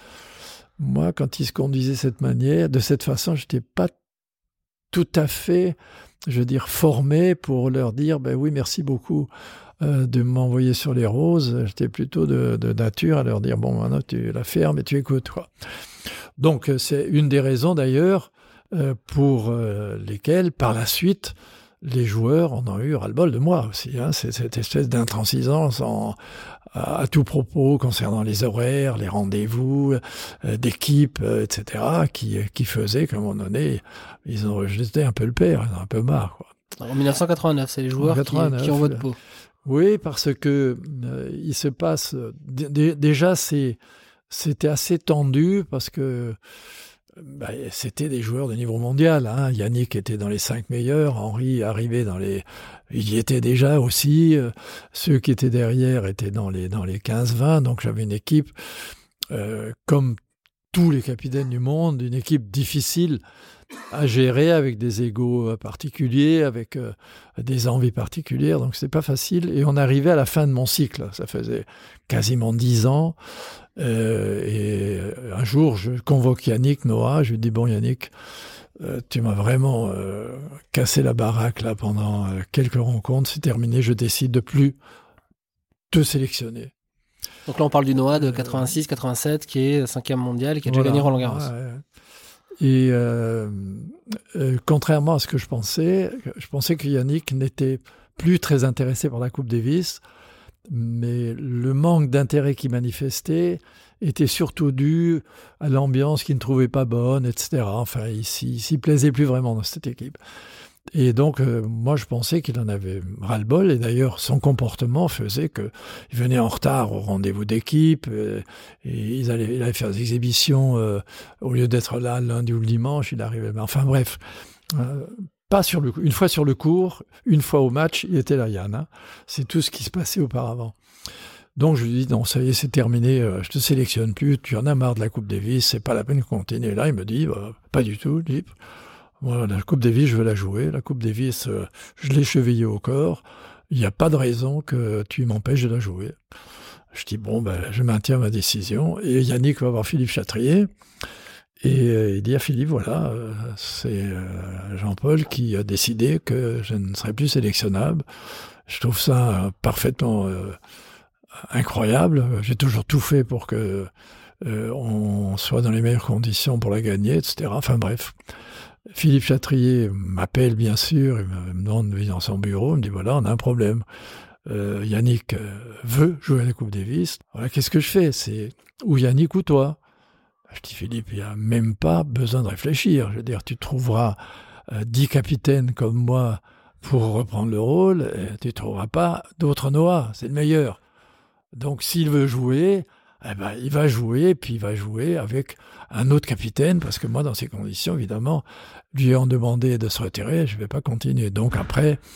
Moi, quand ils se conduisaient de cette manière, de cette façon, je n'étais pas tout à fait, je veux dire, formé pour leur dire ben oui, merci beaucoup euh, de m'envoyer sur les roses. J'étais plutôt de, de nature à leur dire bon, maintenant tu la fermes et tu écoutes, quoi. Donc, c'est une des raisons d'ailleurs euh, pour euh, lesquelles, par la suite, les joueurs en ont eu ras-le-bol de moi aussi. Hein. C'est cette espèce d'intransigeance en, à, à tout propos concernant les horaires, les rendez-vous euh, d'équipe, euh, et cetera, qui, qui faisait qu'à un moment donné, ils ont rejeté un peu le père, ils en ont un peu marre, quoi. En dix-neuf cent quatre-vingt-neuf, c'est les joueurs qui, qui ont votre peau. Oui, parce que euh, il se passe... D- d- déjà, c'est, c'était assez tendu parce que bah, c'était des joueurs de niveau mondial. Hein. Yannick était dans les cinq meilleurs, Henry arrivait dans les... Il y était déjà aussi. Euh, ceux qui étaient derrière étaient dans les, dans les quinze vingt. Donc j'avais une équipe, euh, comme tous les capitaines du monde, une équipe difficile à gérer avec des égos particuliers, avec euh, des envies particulières. Donc c'est pas facile. Et on arrivait à la fin de mon cycle. Ça faisait quasiment dix ans. Euh, et un jour, je convoque Yannick Noah, je lui dis « Bon Yannick, euh, tu m'as vraiment euh, cassé la baraque là pendant euh, quelques rencontres, c'est terminé, je décide de plus te sélectionner. » Donc là, on parle du Noah de quatre-vingt-six quatre-vingt-sept, qui est cinquième mondial et qui a déjà voilà. gagné Roland Garros. Ouais. Et euh, euh, contrairement à ce que je pensais, je pensais que Yannick n'était plus très intéressé par la Coupe Davis, mais le manque d'intérêt qu'il manifestait était surtout dû à l'ambiance qu'il ne trouvait pas bonne, et cetera. Enfin, il s'y, s'y plaisait plus vraiment dans cette équipe. Et donc, euh, moi, je pensais qu'il en avait ras-le-bol. Et d'ailleurs, son comportement faisait qu'il venait en retard au rendez-vous d'équipe. Et, et ils allaient, il allait faire des exhibitions. Euh, au lieu d'être là le lundi ou le dimanche, il arrivait... Enfin, bref... Euh, Pas sur le, une fois sur le court, une fois au match, il était là, Yann. Hein. C'est tout ce qui se passait auparavant. Donc je lui dis, non, ça y est, c'est terminé, euh, je te sélectionne plus, tu en as marre de la Coupe Davis, c'est pas la peine de continuer. Là, il me dit, bah, pas du tout, dit, moi, la Coupe Davis, je veux la jouer. La Coupe Davis, euh, je l'ai chevillée au corps. Il n'y a pas de raison que tu m'empêches de la jouer. Je dis, bon, ben, je maintiens ma décision. Et Yannick va voir Philippe Chatrier. Et euh, il dit à Philippe, voilà, euh, c'est euh, Jean-Paul qui a décidé que je ne serais plus sélectionnable. Je trouve ça euh, parfaitement euh, incroyable. J'ai toujours tout fait pour que euh, on soit dans les meilleures conditions pour la gagner, et cetera. Enfin bref, Philippe Chatrier m'appelle bien sûr, il me demande de venir dans son bureau, il me dit, voilà, on a un problème. Euh, Yannick veut jouer à la Coupe Davis. Voilà, qu'est-ce que je fais ? C'est ou Yannick ou toi. Je dis, Philippe, il n'y a même pas besoin de réfléchir. Je veux dire, tu trouveras euh, dix capitaines comme moi pour reprendre le rôle, et tu ne trouveras pas d'autres Noah. C'est le meilleur. Donc, s'il veut jouer, eh ben, il va jouer, puis il va jouer avec un autre capitaine, parce que moi, dans ces conditions, évidemment, lui ayant demandé de se retirer, je ne vais pas continuer. Donc, après,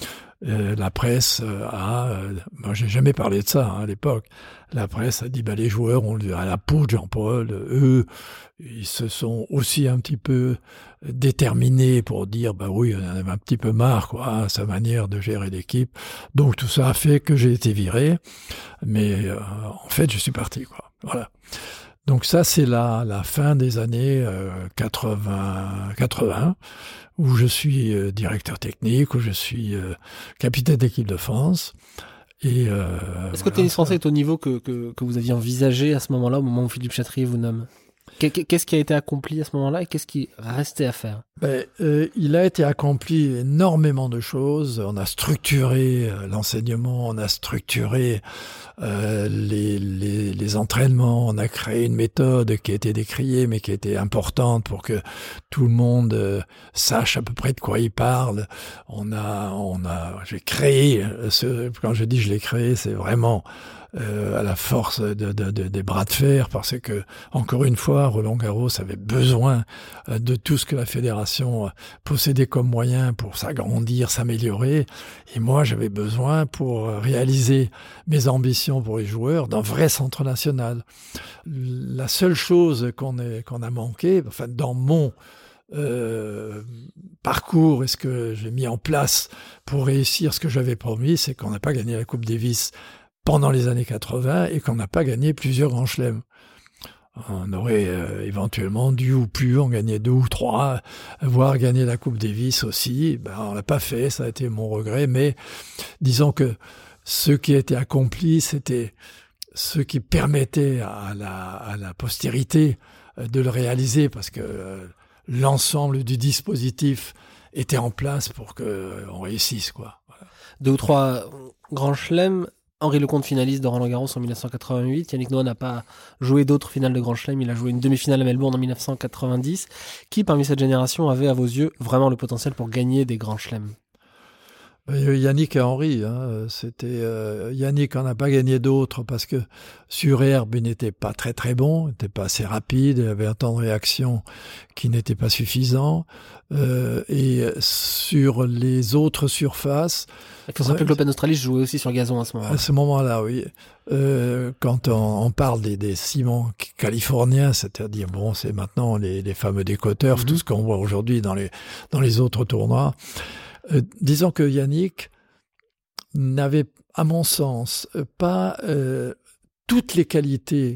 euh, la presse a, euh, moi j'ai jamais parlé de ça hein, à l'époque, la presse a dit bah, les joueurs ont à la peau de Jean-Paul, eux, ils se sont aussi un petit peu déterminés pour dire bah oui, on en avait un petit peu marre, quoi, sa manière de gérer l'équipe. Donc tout ça a fait que j'ai été viré, mais euh, en fait je suis parti, quoi. Voilà. Donc ça, c'est la, la fin des années euh, quatre-vingts, quatre-vingts, où je suis euh, directeur technique, où je suis euh, capitaine d'équipe de France. Et, euh, Est-ce que le tennis français est au niveau que, que, que vous aviez envisagé à ce moment-là, au moment où Philippe Chatrier vous nomme ? Qu'est-ce qui a été accompli à ce moment-là et qu'est-ce qui restait à faire ? Ben, euh, il a été accompli énormément de choses. On a structuré euh, l'enseignement, on a structuré euh, les, les, les entraînements, on a créé une méthode qui a été décriée mais qui a été importante pour que tout le monde euh, sache à peu près de quoi il parle. On a, on a, j'ai créé, ce, quand je dis je l'ai créé, c'est vraiment Euh, à la force de, de, de, des bras de fer, parce que, encore une fois, Roland-Garros avait besoin euh, de tout ce que la fédération euh, possédait comme moyen pour s'agrandir, s'améliorer. Et moi, j'avais besoin, pour réaliser mes ambitions pour les joueurs, d'un vrai centre national. La seule chose qu'on est, qu'on a manqué, enfin, dans mon Euh, parcours et ce que j'ai mis en place pour réussir ce que j'avais promis, c'est qu'on n'a pas gagné la Coupe Davis pendant les années quatre-vingts et qu'on n'a pas gagné plusieurs grands chelems. On aurait euh, éventuellement dû ou pu en gagner deux ou trois, voire gagner la Coupe Davis aussi. Ben, on l'a pas fait, ça a été mon regret, mais disons que ce qui a été accompli, c'était ce qui permettait à la, à la postérité de le réaliser, parce que euh, l'ensemble du dispositif était en place pour qu'on euh, réussisse, quoi. Voilà. Deux ou trois grands chelems. Henri Lecomte, finaliste de Roland-Garros en dix-neuf cent quatre-vingt-huit. Yannick Noah n'a pas joué d'autres finales de Grand Chelem. Il a joué une demi-finale à Melbourne en dix-neuf cent quatre-vingt-dix. Qui, parmi cette génération, avait, à vos yeux, vraiment le potentiel pour gagner des Grands Chelems ? Yannick et Henri, hein, c'était euh, Yannick en n'a pas gagné d'autres parce que sur herbe il n'était pas très très bon, il n'était pas assez rapide, il avait un temps de réaction qui n'était pas suffisant, euh, et sur les autres surfaces. Il faut se rappeler que l'Open d'Australie jouait aussi sur gazon à ce moment-là. À ce moment-là, oui. Euh, quand on, on parle des, des ciments californiens, c'est-à-dire bon, c'est maintenant les, les fameux décoteurs, mm-hmm. tout ce qu'on voit aujourd'hui dans les dans les autres tournois. Euh, disons que Yannick n'avait, à mon sens, pas euh, toutes les qualités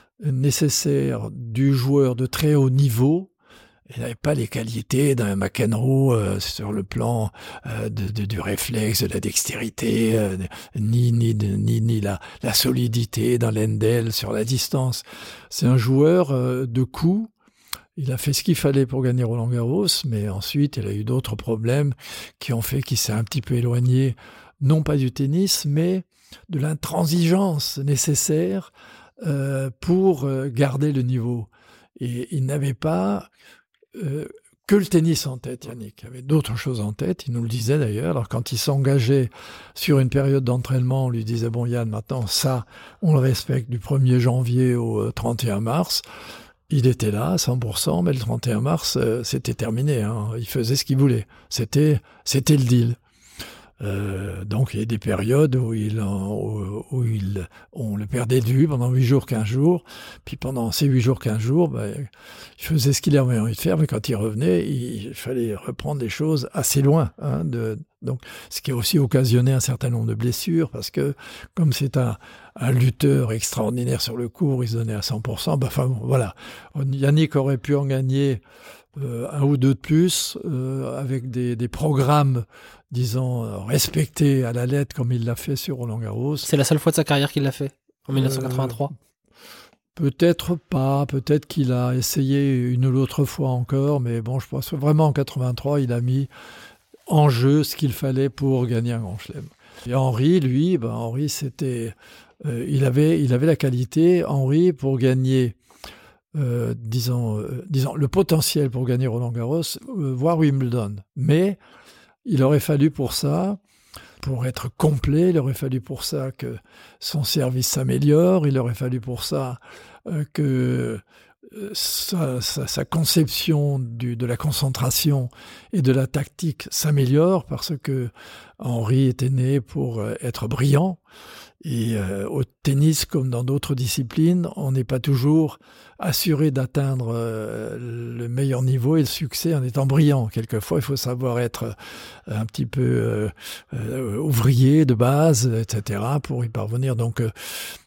nécessaires du joueur de très haut niveau. Il n'avait pas les qualités d'un McEnroe euh, sur le plan euh, de, de, du réflexe, de la dextérité, euh, ni ni de, ni ni la, la solidité dans l'Endel sur la distance. C'est un joueur euh, de coups. Il a fait ce qu'il fallait pour gagner Roland-Garros, mais ensuite, il a eu d'autres problèmes qui ont fait qu'il s'est un petit peu éloigné, non pas du tennis, mais de l'intransigeance nécessaire euh, pour euh, garder le niveau. Et il n'avait pas euh, que le tennis en tête, Yannick. Il avait d'autres choses en tête, il nous le disait d'ailleurs. Alors quand il s'engageait sur une période d'entraînement, on lui disait « Bon Yann, maintenant ça, on le respecte du premier janvier au trente et un mars ». Il était là à cent pour cent, mais le trente et un mars, euh, c'était terminé. Hein. Il faisait ce qu'il voulait. C'était, c'était le deal. Euh, donc il y a des périodes où il, où, où il, on le perdait de vue pendant huit jours, quinze jours. Puis pendant ces huit jours, quinze jours, ben, il faisait ce qu'il avait envie de faire, mais quand il revenait, il, il fallait reprendre les choses assez loin. Hein, de, donc, ce qui a aussi occasionné un certain nombre de blessures, parce que comme c'est un, un lutteur extraordinaire sur le court, il se donnait à cent pour cent. Ben, enfin bon, voilà. Yannick aurait pu en gagner euh, un ou deux de plus euh, avec des, des programmes, disons, respectés à la lettre comme il l'a fait sur Roland-Garros. C'est la seule fois de sa carrière qu'il l'a fait, en dix-neuf cent quatre-vingt-trois. Euh, peut-être pas, peut-être qu'il a essayé une ou l'autre fois encore, mais bon, je pense que vraiment en quatre-vingt-trois, il a mis en jeu ce qu'il fallait pour gagner un Grand Chelem. Et Henri, lui, ben Henri, c'était, euh, il avait, il avait la qualité, Henri, pour gagner, euh, disons, euh, disons, le potentiel pour gagner Roland-Garros, euh, voire Wimbledon. Mais il aurait fallu pour ça, pour être complet, il aurait fallu pour ça que son service s'améliore, il aurait fallu pour ça euh, que sa, sa, sa conception du, de la concentration et de la tactique s'améliore parce que Henri était né pour être brillant. Et euh, au tennis, comme dans d'autres disciplines, on n'est pas toujours assuré d'atteindre euh, le meilleur niveau et le succès en étant brillant. Quelquefois, il faut savoir être un petit peu euh, euh, ouvrier de base, et cetera, pour y parvenir. Donc, euh,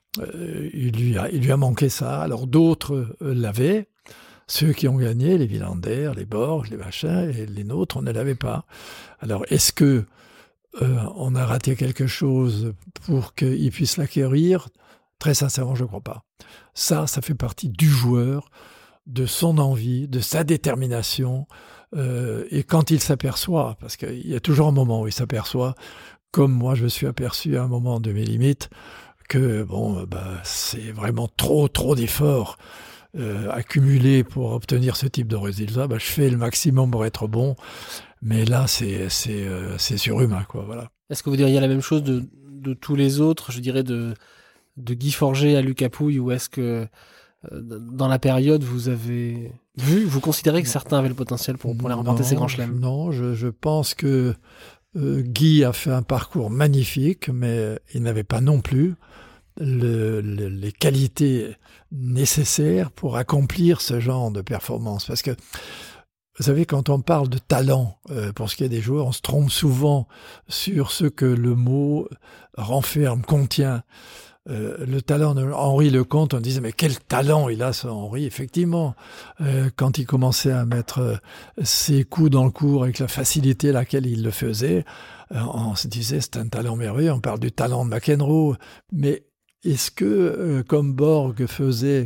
il, lui a, il lui a manqué ça. Alors, d'autres euh, l'avaient. Ceux qui ont gagné, les Villander, les Borg, les machins, et les nôtres, on ne l'avait pas. Alors, est-ce que Euh, on a raté quelque chose pour qu'il puisse l'acquérir? Très sincèrement, je ne crois pas. Ça, ça fait partie du joueur, de son envie, de sa détermination. Euh, et quand il s'aperçoit, parce qu'il y a toujours un moment où il s'aperçoit, comme moi je me suis aperçu à un moment de mes limites, que bon, bah, c'est vraiment trop, trop d'efforts euh, accumulés pour obtenir ce type de résultat. Bah, je fais le maximum pour être bon. Mais là, c'est, c'est, euh, c'est surhumain, quoi, voilà. Est-ce que vous diriez la même chose de, de tous les autres, je dirais de, de Guy Forget à Lucas Pouille, ou est-ce que euh, dans la période, vous avez vu, vous considérez que certains avaient le potentiel pour, pour les remporter ces grands chelems? Non, je, je pense que euh, Guy a fait un parcours magnifique, mais il n'avait pas non plus le, le, les qualités nécessaires pour accomplir ce genre de performance. Parce que vous savez, quand on parle de talent, euh, pour ce qui est des joueurs, on se trompe souvent sur ce que le mot renferme, contient. Euh, le talent de Henri Lecomte, on disait, mais quel talent il a, ce Henri. Effectivement, euh, quand il commençait à mettre euh, ses coups dans le court avec la facilité à laquelle il le faisait, euh, on se disait, c'est un talent merveilleux. On parle du talent de McEnroe. Mais est-ce que, euh, comme Borg faisait,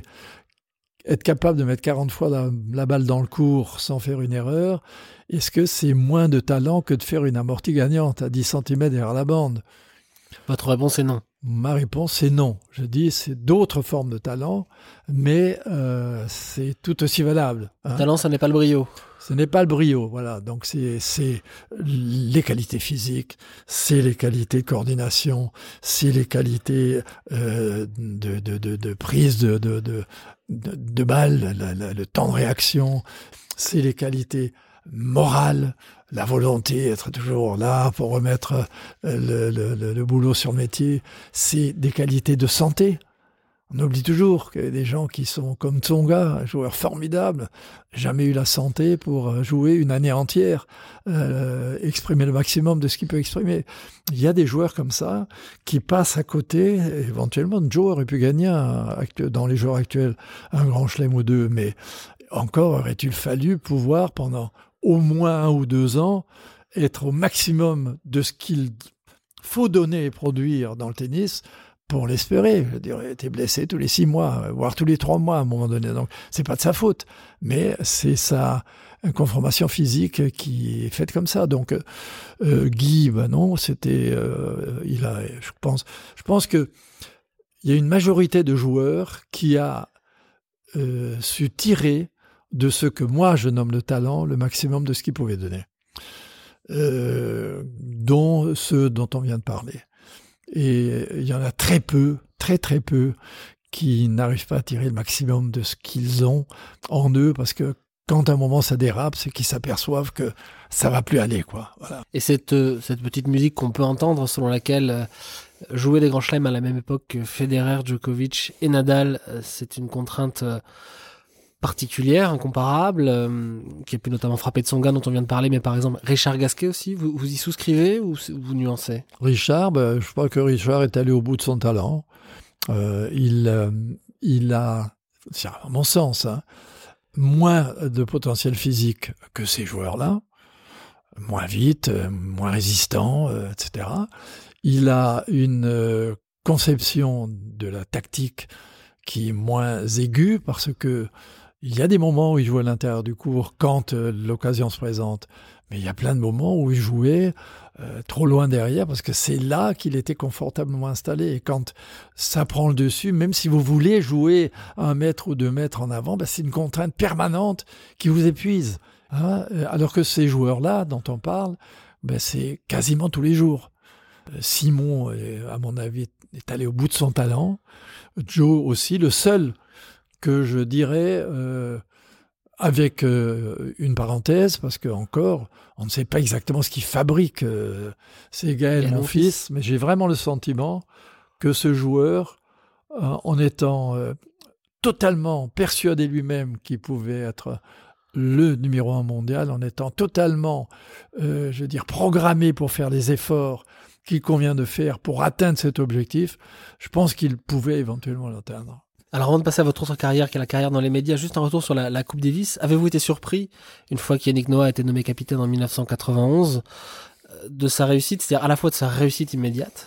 être capable de mettre quarante fois la, la balle dans le court sans faire une erreur, est-ce que c'est moins de talent que de faire une amortie gagnante à dix centimètres derrière la bande? Votre réponse est non. Ma réponse est non. Je dis c'est d'autres formes de talent, mais euh, c'est tout aussi valable. Hein. Le talent, ça n'est pas le brio. Ce n'est pas le brio, voilà. Donc c'est, c'est les qualités physiques, c'est les qualités de coordination, c'est les qualités euh, de, de, de, de prise de, de, de, de, de balle, la, la, le temps de réaction, c'est les qualités morales, la volonté, être toujours là pour remettre le, le, le, le boulot sur le métier, c'est des qualités de santé. On oublie toujours qu'il y a des gens qui sont comme Tsonga, un joueur formidable, jamais eu la santé pour jouer une année entière, euh, exprimer le maximum de ce qu'il peut exprimer. Il y a des joueurs comme ça qui passent à côté. Éventuellement, Joe aurait pu gagner un, dans les joueurs actuels un grand chelem ou deux, mais encore aurait-il fallu pouvoir, pendant au moins un ou deux ans, être au maximum de ce qu'il faut donner et produire dans le tennis pour l'espérer. Je veux dire, il était blessé tous les six mois, voire tous les trois mois à un moment donné. Donc, c'est pas de sa faute, mais c'est sa conformation physique qui est faite comme ça. Donc, euh, Guy, ben non, c'était, euh, il a, je pense, je pense que il y a une majorité de joueurs qui a euh, su tirer de ce que moi je nomme le talent, le maximum de ce qu'ils pouvaient donner, euh, dont ceux dont on vient de parler. Et il y en a très peu, très très peu, qui n'arrivent pas à tirer le maximum de ce qu'ils ont en eux, parce que quand à un moment ça dérape, c'est qu'ils s'aperçoivent que ça va plus aller, quoi. Voilà. Et cette, euh, cette petite musique qu'on peut entendre, selon laquelle euh, jouer des grands chelems à la même époque que Federer, Djokovic et Nadal, euh, c'est une contrainte euh, particulière, incomparable, euh, qui a pu notamment frapper Tsonga dont on vient de parler, mais par exemple Richard Gasquet aussi, vous, vous y souscrivez ou vous nuancez? Richard, ben, je crois que Richard est allé au bout de son talent. Euh, il, euh, il a, c'est à mon sens, hein, moins de potentiel physique que ces joueurs-là, moins vite, moins résistant, euh, et cetera. Il a une euh, conception de la tactique qui est moins aiguë parce que il y a des moments où il jouait à l'intérieur du court quand euh, l'occasion se présente, mais il y a plein de moments où il jouait euh, trop loin derrière parce que c'est là qu'il était confortablement installé. Et quand ça prend le dessus, même si vous voulez jouer un mètre ou deux mètres en avant, ben c'est une contrainte permanente qui vous épuise. Hein, alors que ces joueurs-là dont on parle, ben c'est quasiment tous les jours. Simon, à mon avis, est allé au bout de son talent. Joe aussi, le seul que je dirais, euh, avec euh, une parenthèse, parce que encore, on ne sait pas exactement ce qu'il fabrique. Euh, c'est Gaël, mon fils, fils, mais j'ai vraiment le sentiment que ce joueur, euh, en étant euh, totalement persuadé lui-même qu'il pouvait être le numéro un mondial, en étant totalement, euh, je veux dire, programmé pour faire les efforts qu'il convient de faire pour atteindre cet objectif, je pense qu'il pouvait éventuellement l'atteindre. Alors avant de passer à votre autre carrière, qui est la carrière dans les médias, juste un retour sur la, la Coupe Davis. Avez-vous été surpris, une fois qu'Yannick Noah a été nommé capitaine en dix-neuf cent quatre-vingt-onze, de sa réussite, c'est-à-dire à la fois de sa réussite immédiate,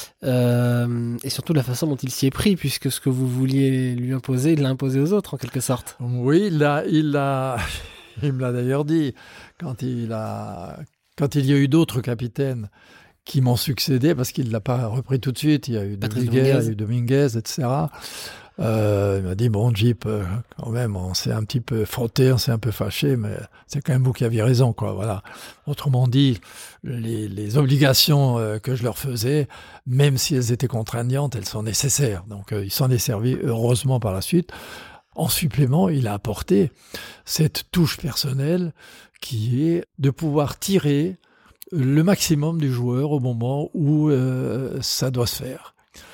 euh, et surtout de la façon dont il s'y est pris, puisque ce que vous vouliez lui imposer, il l'a imposé aux autres, en quelque sorte. Oui, il, a, il, a, il me l'a d'ailleurs dit, quand il, a, quand il y a eu d'autres capitaines qui m'ont succédé, parce qu'il ne l'a pas repris tout de suite, il y a eu Dominguez, il y a eu Dominguez, et cetera. Euh, il m'a dit, bon, Jeep, euh, quand même, on s'est un petit peu frotté, on s'est un peu fâché, mais c'est quand même vous qui aviez raison, quoi, voilà. Autrement dit, les, les obligations euh, que je leur faisais, même si elles étaient contraignantes, elles sont nécessaires. Donc, euh, il s'en est servi, heureusement, par la suite. En supplément, il a apporté cette touche personnelle qui est de pouvoir tirer le maximum du joueur au moment où euh, ça doit se faire.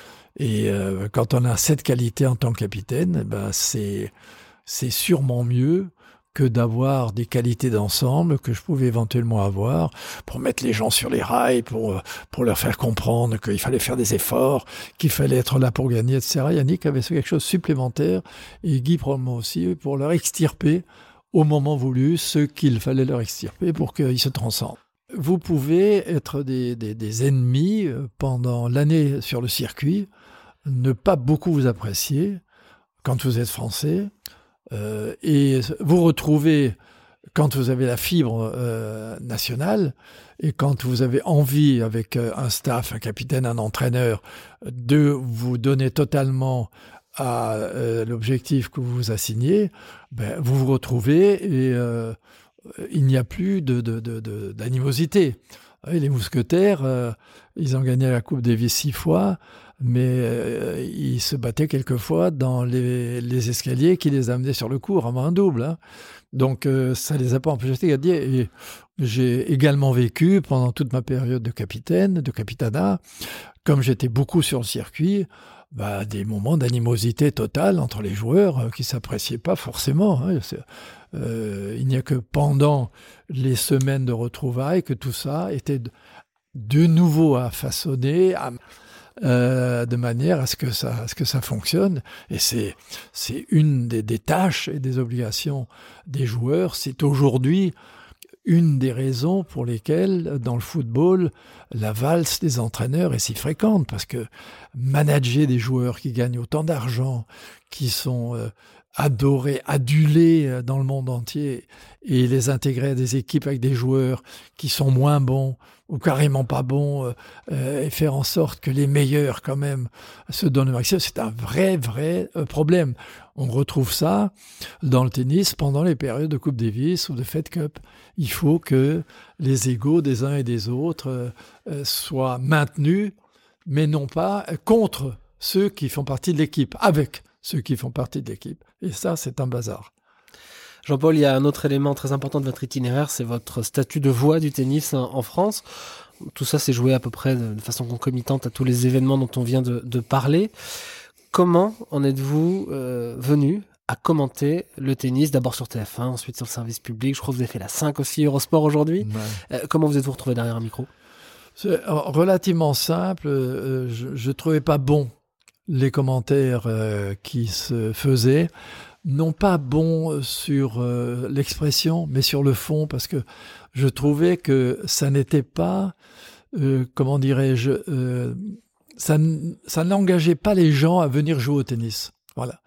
Et euh, quand on a cette qualité en tant que capitaine, ben c'est, c'est sûrement mieux que d'avoir des qualités d'ensemble que je pouvais éventuellement avoir pour mettre les gens sur les rails, pour, pour leur faire comprendre qu'il fallait faire des efforts, qu'il fallait être là pour gagner, et cetera. Yannick avait quelque chose de supplémentaire, et Guy probablement aussi, pour leur extirper au moment voulu ce qu'il fallait leur extirper pour qu'ils se transcendent. Vous pouvez être des, des, des ennemis pendant l'année sur le circuit, ne pas beaucoup vous apprécier quand vous êtes français, euh, et vous retrouver quand vous avez la fibre euh, nationale et quand vous avez envie, avec un staff, un capitaine, un entraîneur, de vous donner totalement à euh, l'objectif que vous vous assignez, ben, vous vous retrouvez et euh, il n'y a plus de, de, de, de, d'animosité. Les mousquetaires, euh, ils ont gagné la Coupe Davis six fois, mais euh, ils se battaient quelquefois dans les, les escaliers qui les amenaient sur le court, en main double. Hein. Donc euh, ça ne les a pas empêchés de gagner. Et j'ai également vécu, pendant toute ma période de capitaine, de capitanat, comme j'étais beaucoup sur le circuit, bah, des moments d'animosité totale entre les joueurs euh, qui ne s'appréciaient pas forcément. Hein. Euh, il n'y a que pendant les semaines de retrouvailles que tout ça était de, de nouveau à façonner, à, euh, de manière à ce que ça, à ce que ça fonctionne. Et c'est, c'est une des, des tâches et des obligations des joueurs. C'est aujourd'hui une des raisons pour lesquelles, dans le football, la valse des entraîneurs est si fréquente, parce que manager des joueurs qui gagnent autant d'argent, qui sont euh, adorés, adulés dans le monde entier, et les intégrer à des équipes avec des joueurs qui sont moins bons ou carrément pas bons, euh, et faire en sorte que les meilleurs quand même se donnent le maximum, c'est un vrai, vrai euh, problème. On retrouve ça dans le tennis pendant les périodes de Coupe Davis ou de Fed Cup. Il faut que les égos des uns et des autres euh, soient maintenus, mais non pas contre ceux qui font partie de l'équipe, avec ceux qui font partie de l'équipe. Et ça, c'est un bazar. Jean-Paul, il y a un autre élément très important de votre itinéraire, c'est votre statut de voix du tennis en France. Tout ça s'est joué à peu près de façon concomitante à tous les événements dont on vient de, de parler. Comment en êtes-vous euh, venu à commenter le tennis, d'abord sur T F un, ensuite sur le service public? Je crois que vous avez fait la cinq aussi, Eurosport aujourd'hui. Ouais. Euh, comment vous êtes-vous retrouvé derrière un micro? C'est relativement simple. Euh, je ne trouvais pas bon les commentaires euh, qui se faisaient. Non pas bon sur euh, l'expression, mais sur le fond, parce que je trouvais que ça n'était pas, euh, comment dirais-je, euh, ça, ça n'engageait pas les gens à venir jouer au tennis. Voilà.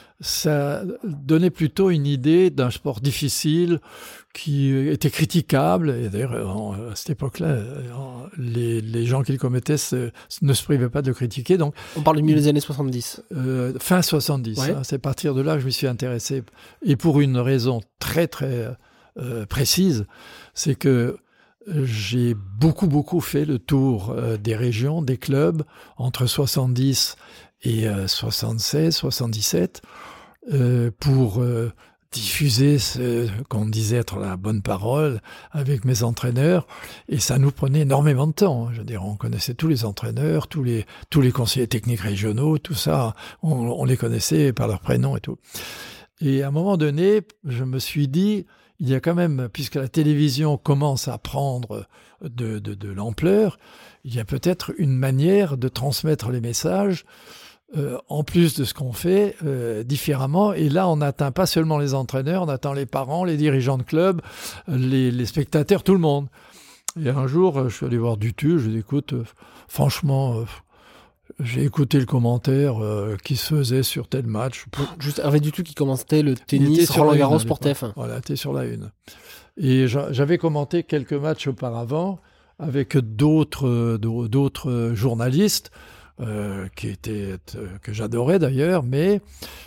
Ça donnait plutôt une idée d'un sport difficile qui était critiquable. Et d'ailleurs, à cette époque-là, les, les gens qui le commettaient se, ne se privaient pas de le critiquer. Donc, on parle du milieu des années soixante-dix. Euh, fin soixante-dix. Ouais. Hein, c'est à partir de là que je m'y suis intéressé. Et pour une raison très, très euh, précise, c'est que j'ai beaucoup, beaucoup fait le tour euh, des régions, des clubs, entre soixante-dix et euh, soixante-seize, soixante-dix-sept. euh, pour euh, diffuser ce qu'on disait être la bonne parole avec mes entraîneurs, et ça nous prenait énormément de temps. Je veux dire, on connaissait tous les entraîneurs, tous les tous les conseillers techniques régionaux, tout ça, on, on les connaissait par leur prénom et tout. Et à un moment donné, je me suis dit, il y a quand même, puisque la télévision commence à prendre de, de, de l'ampleur, il y a peut-être une manière de transmettre les messages euh, en plus de ce qu'on fait euh, différemment. Et là, on n'atteint pas seulement les entraîneurs, on atteint les parents, les dirigeants de club, les, les spectateurs, tout le monde. Et un jour, je suis allé voir Dutu, je lui ai dit, écoute, euh, franchement... Euh, j'ai écouté le commentaire euh, qui se faisait sur tel match. Juste Hervé Dutu qui commentait le tennis Roland Garros pour T F un. Voilà, t'es sur la une. Et j'avais commenté quelques matchs auparavant avec d'autres d'autres journalistes euh, qui étaient que j'adorais d'ailleurs, mais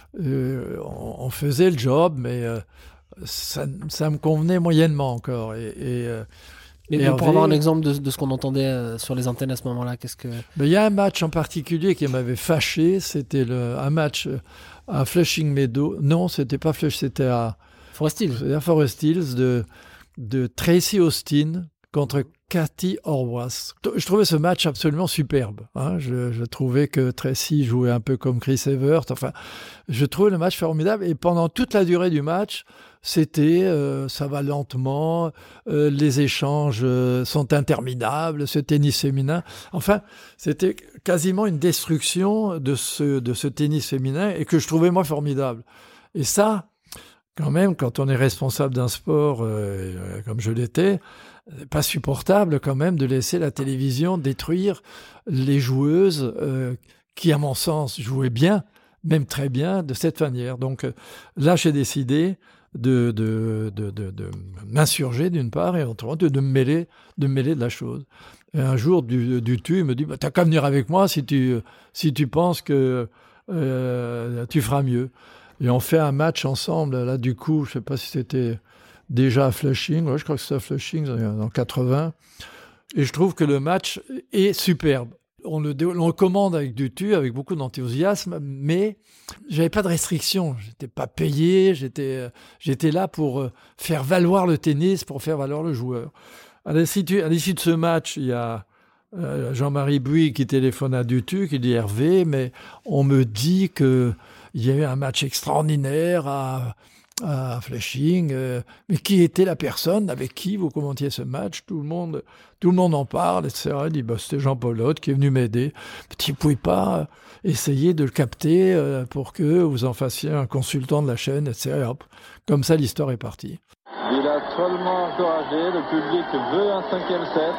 euh, on, on faisait le job, mais euh, ça, ça me convenait moyennement encore. Et, et euh, Mais Hervé, pour avoir un exemple de, de ce qu'on entendait euh, sur les antennes à ce moment-là, qu'est-ce que... Il y a un match en particulier qui m'avait fâché, c'était le, un match à Flushing Meadows. Non, c'était pas Flush, c'était à Forest Hills. C'était à Forest Hills de, de Tracy Austin contre Kathy Horwath. Je trouvais ce match absolument superbe. Hein. Je, je trouvais que Tracy jouait un peu comme Chris Evert. Enfin, je trouvais le match formidable. Et pendant toute la durée du match, c'était euh, ça va lentement, euh, les échanges euh, sont interminables, ce tennis féminin. Enfin, c'était quasiment une destruction de ce, de ce tennis féminin et que je trouvais moi formidable. Et ça, quand même, quand on est responsable d'un sport euh, comme je l'étais, c'est pas supportable quand même de laisser la télévision détruire les joueuses euh, qui, à mon sens, jouaient bien, même très bien, de cette manière. Donc euh, là, j'ai décidé de, de, de, de, de m'insurger d'une part et autrement de, de, me mêler, de me mêler de la chose. Et un jour, du, du tu me dit bah, « T'as qu'à venir avec moi si tu, si tu penses que euh, tu feras mieux. » Et on fait un match ensemble, là du coup, je ne sais pas si c'était déjà à Flushing, ouais, je crois que c'était à Flushing en quatre-vingts. Et je trouve que le match est superbe. On le, on le commande avec du tu, avec beaucoup d'enthousiasme, mais j'avais pas de restrictions. J'étais pas payé, j'étais, j'étais là pour faire valoir le tennis, pour faire valoir le joueur. À l'issue, à l'issue de ce match, il y a euh, Jean-Marie Bouy qui téléphone à Dutu, qui dit Hervé, mais on me dit que il y a eu un match extraordinaire à, à Flushing, euh, mais qui était la personne avec qui vous commentiez ce match? Tout le monde, tout le monde en parle, et cetera. Il dit, bah, c'était Jean-Paul Hotte qui est venu m'aider. Tu ne pouvez pas essayer de le capter euh, pour que vous en fassiez un consultant de la chaîne, et cetera. Hop. Comme ça, l'histoire est partie. Il a follement encouragé, le public veut un cinquième set.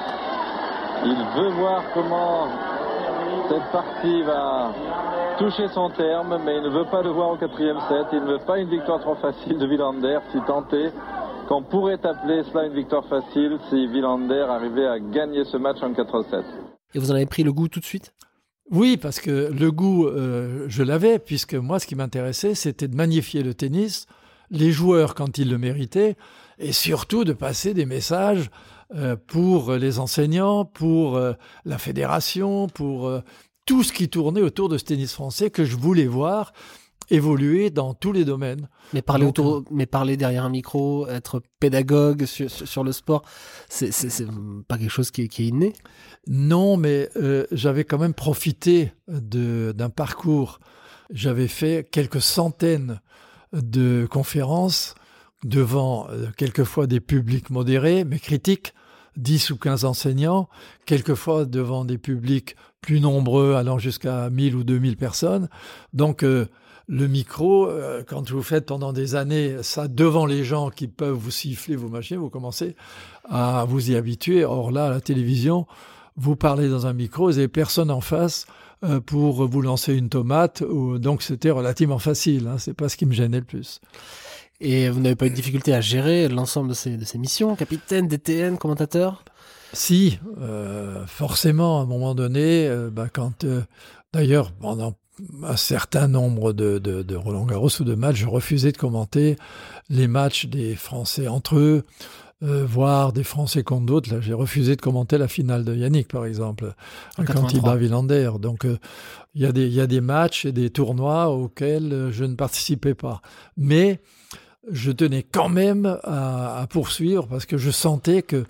Il veut voir comment cette partie va toucher son terme, mais il ne veut pas le voir au quatrième set. Il ne veut pas une victoire trop facile de Wilander, si tant est qu'on pourrait appeler cela une victoire facile si Wilander arrivait à gagner ce match en quatre sept. Et vous en avez pris le goût tout de suite ? Oui, parce que le goût, euh, je l'avais, puisque moi, ce qui m'intéressait, c'était de magnifier le tennis, les joueurs quand ils le méritaient, et surtout de passer des messages euh, pour les enseignants, pour euh, la fédération, pour... Euh, tout ce qui tournait autour de ce tennis français que je voulais voir évoluer dans tous les domaines. Mais parler, Donc, autour, mais parler derrière un micro, être pédagogue sur, sur le sport, c'est, c'est, c'est pas quelque chose qui est, qui est inné ? Non, mais euh, j'avais quand même profité de, d'un parcours. J'avais fait quelques centaines de conférences devant euh, quelquefois des publics modérés, mais critiques, dix ou quinze enseignants, quelquefois devant des publics plus nombreux, allant jusqu'à mille ou deux mille personnes. Donc, euh, le micro, euh, quand vous faites pendant des années ça devant les gens qui peuvent vous siffler, vous machin, vous commencez à vous y habituer. Or là, à la télévision, vous parlez dans un micro, vous n'avez personne en face euh, pour vous lancer une tomate. Ou, donc, c'était relativement facile. Hein, c'est pas ce qui me gênait le plus. Et vous n'avez pas eu de difficulté à gérer l'ensemble de ces, de ces missions, capitaine, D T N, commentateur ? Si, euh, forcément, à un moment donné, euh, bah, quand, euh, d'ailleurs, pendant un certain nombre de, de, de Roland Garros ou de matchs, je refusais de commenter les matchs des Français entre eux. euh, voir des Français contre d'autres. Là, j'ai refusé de commenter la finale de Yannick, par exemple, En quand il quatre-vingt-trois. bat Villander. Donc, euh, il y a des, il y a des matchs et des tournois auxquels euh, je ne participais pas. Mais je tenais quand même à, à poursuivre parce que je sentais que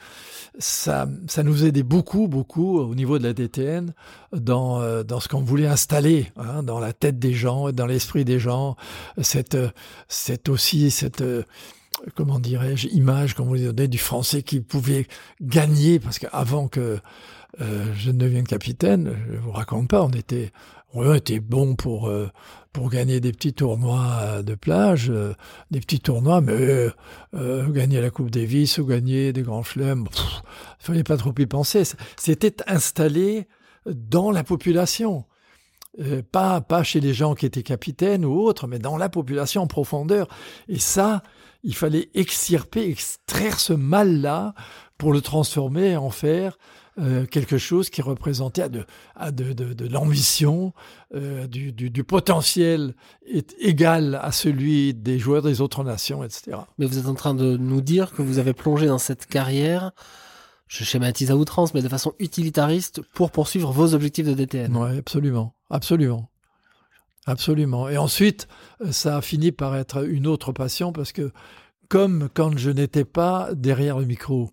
ça, ça nous aidait beaucoup, beaucoup au niveau de la D T N dans, euh, dans ce qu'on voulait installer, hein, dans la tête des gens, dans l'esprit des gens. Cette, cette aussi, cette, euh, comment dirais-je, image qu'on voulait donner du Français qui pouvait gagner, parce qu'avant que euh, je ne devienne capitaine, je vous raconte pas, on était, on était bon pour, euh, pour gagner des petits tournois de plage, euh, des petits tournois, mais euh, euh, gagner la Coupe Davis ou gagner des grands chelems, il fallait pas trop y penser. C'était installé dans la population. Euh, pas, pas chez les gens qui étaient capitaines ou autres, mais dans la population en profondeur. Et ça, il fallait extirper, extraire ce mal-là pour le transformer, en faire euh, quelque chose qui représentait à de, à de, de, de l'ambition, euh, du, du, du potentiel est égal à celui des joueurs des autres nations, et cetera. Mais vous êtes en train de nous dire que vous avez plongé dans cette carrière, je schématise à outrance, mais de façon utilitariste pour poursuivre vos objectifs de D T N. Oui, absolument, absolument. Absolument. Et ensuite, ça a fini par être une autre passion parce que comme quand je n'étais pas derrière le micro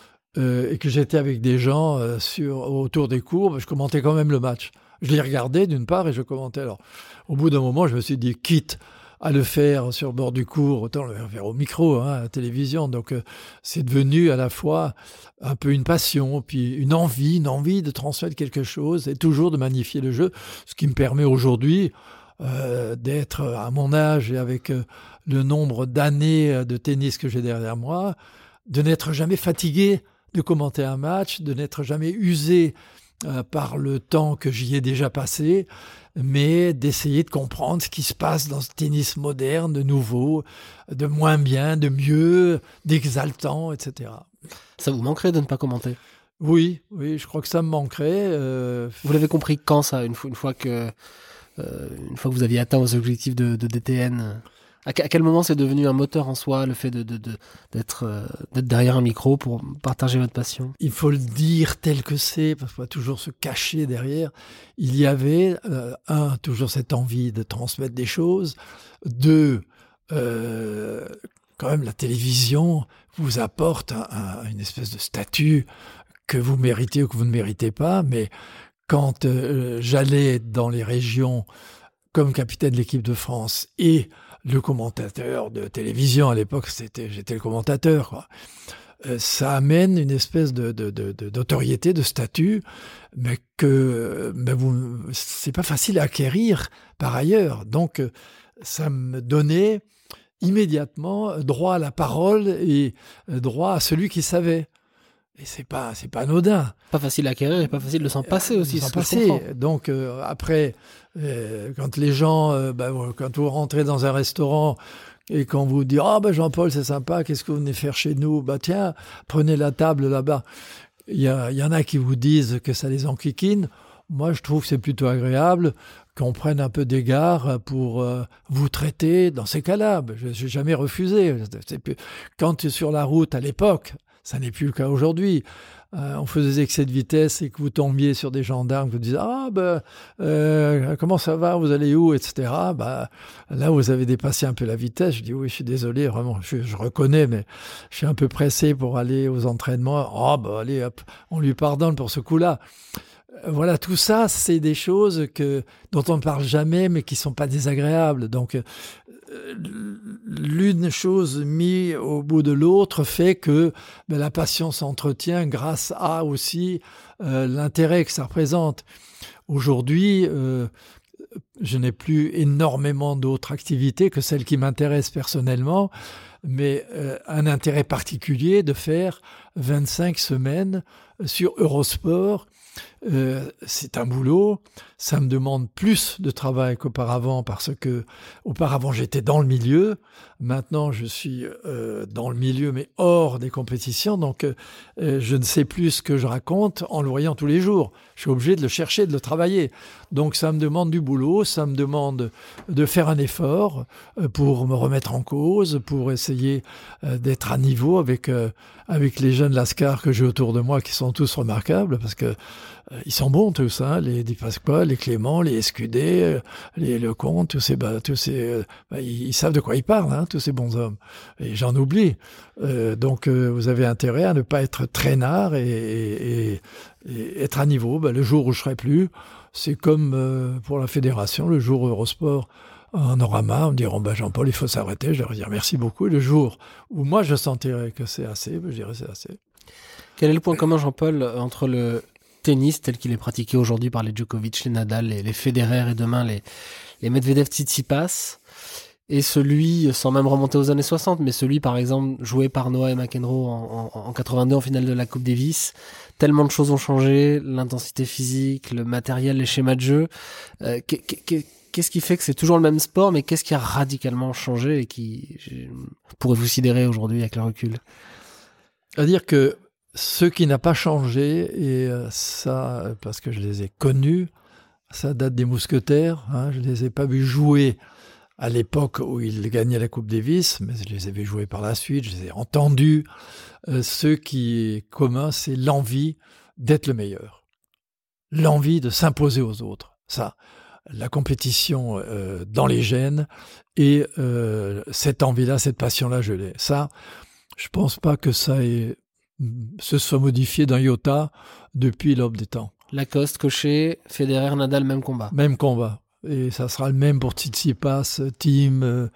euh, et que j'étais avec des gens euh, sur, autour des cours, je commentais quand même le match. Je les regardais d'une part et je commentais. Alors, au bout d'un moment, je me suis dit, quitte à le faire sur le bord du cours, autant le faire au micro, hein, à la télévision. Donc, euh, c'est devenu à la fois un peu une passion, puis une envie, une envie de transmettre quelque chose et toujours de magnifier le jeu, ce qui me permet aujourd'hui euh, d'être à mon âge et avec euh, le nombre d'années de tennis que j'ai derrière moi, de n'être jamais fatigué de commenter un match, de n'être jamais usé euh, par le temps que j'y ai déjà passé, mais d'essayer de comprendre ce qui se passe dans ce tennis moderne, de nouveau, de moins bien, de mieux, d'exaltant, et cetera. Ça vous manquerait de ne pas commenter? Oui, oui, je crois que ça me manquerait. Euh... Vous l'avez compris quand ça, une fois, une fois que, euh, une fois que vous aviez atteint vos objectifs de, de D T N? À, à quel moment c'est devenu un moteur en soi, le fait de, de, de, d'être, euh, d'être derrière un micro pour partager votre passion? Il faut le dire tel que c'est, parce qu'on va toujours se cacher derrière. Il y avait, euh, un, toujours cette envie de transmettre des choses. Deux, euh, quand même, la télévision vous apporte un, un, une espèce de statut que vous méritez ou que vous ne méritez pas. Mais quand euh, j'allais dans les régions comme capitaine de l'équipe de France et le commentateur de télévision, à l'époque, c'était, j'étais le commentateur, quoi. Euh, ça amène une espèce de, de, de, de, d'autorité, de statut, mais que mais vous, c'est pas facile à acquérir par ailleurs. Donc, ça me donnait immédiatement droit à la parole et droit à celui qui savait. Et c'est pas, c'est pas anodin. Pas facile à acquérir et pas facile de s'en passer aussi. De s'en passer. Donc euh, après, euh, quand les gens, euh, bah, quand vous rentrez dans un restaurant et qu'on vous dit ah oh, ben Jean-Paul c'est sympa, qu'est-ce que vous venez faire chez nous? Bah tiens, prenez la table là-bas. Il y, a, il y en a qui vous disent que ça les enquiquine. Moi, je trouve que c'est plutôt agréable qu'on prenne un peu d'égard pour euh, vous traiter dans ces cas-là. Je n'ai jamais refusé. C'est plus... Quand sur la route à l'époque, ça n'est plus le cas aujourd'hui. Euh, on faisait des excès de vitesse et que vous tombiez sur des gendarmes, vous disiez ah ben euh, comment ça va, vous allez où, et cetera. Bah là vous avez dépassé un peu la vitesse. Je dis oui, je suis désolé, vraiment, je, je reconnais, mais je suis un peu pressé pour aller aux entraînements. Ah oh, ben allez, hop, on lui pardonne pour ce coup-là. Voilà, tout ça, c'est des choses que, dont on ne parle jamais, mais qui ne sont pas désagréables. Donc, euh, l'une chose mise au bout de l'autre fait que ben, la passion s'entretient grâce à aussi euh, l'intérêt que ça représente. Aujourd'hui, euh, je n'ai plus énormément d'autres activités que celles qui m'intéressent personnellement, mais euh, un intérêt particulier de faire vingt-cinq semaines sur Eurosport, euh, c'est un boulot. Ça me demande plus de travail qu'auparavant parce que auparavant j'étais dans le milieu. Maintenant, je suis euh, dans le milieu, mais hors des compétitions. Donc, euh, je ne sais plus ce que je raconte en le voyant tous les jours. Je suis obligé de le chercher, de le travailler. Donc, ça me demande du boulot, ça me demande de faire un effort euh, pour me remettre en cause, pour essayer euh, d'être à niveau avec euh, avec les jeunes Lascar que j'ai autour de moi, qui sont tous remarquables, parce que euh, ils sont bons tous, hein, les Di Pasquale, les Clément, les Escudé, euh, les Lecomte, tous ces, bah, tous ces, euh, bah, ils, ils savent de quoi ils parlent, hein, tous ces bons hommes. Et j'en oublie. Euh, donc, euh, vous avez intérêt à ne pas être traînard et, et, et, et être à niveau. Bah, le jour où je serai plus, c'est comme euh, pour la fédération, le jour où Eurosport en aura marre, on me diront bah, Jean-Paul, il faut s'arrêter. Je leur dirai merci beaucoup. Et le jour où moi je sentirai que c'est assez, bah, je dirai c'est assez. Quel est le point commun, Jean-Paul, entre le tennis tel qu'il est pratiqué aujourd'hui par les Djokovic, les Nadal, les, les Federer et demain les, les Medvedev, Tsitsipas, et celui, sans même remonter aux années soixante, mais celui par exemple joué par Noah et McEnroe en, en, en quatre-vingt-deux en finale de la Coupe Davis? Tellement de choses ont changé, l'intensité physique, le matériel, les schémas de jeu. Euh, Qu'est-ce qui fait que c'est toujours le même sport, mais qu'est-ce qui a radicalement changé et qui pourrait vous sidérer aujourd'hui avec le recul? C'est-à-dire que ce qui n'a pas changé, et ça, parce que je les ai connus, ça date des Mousquetaires, hein, je ne les ai pas vus jouer à l'époque où ils gagnaient la Coupe Davis, mais je les ai vus jouer par la suite, je les ai entendus. Euh, ce qui est commun, c'est l'envie d'être le meilleur. L'envie de s'imposer aux autres. Ça, la compétition euh, dans les gènes et euh, cette envie-là, cette passion-là, je l'ai. Ça, je pense pas que ça ait, se soit modifié d'un iota depuis l'aube des temps. Lacoste, Cochet, Federer, Nadal, même combat. Même combat. Et ça sera le même pour Tsitsipas, Thiem euh,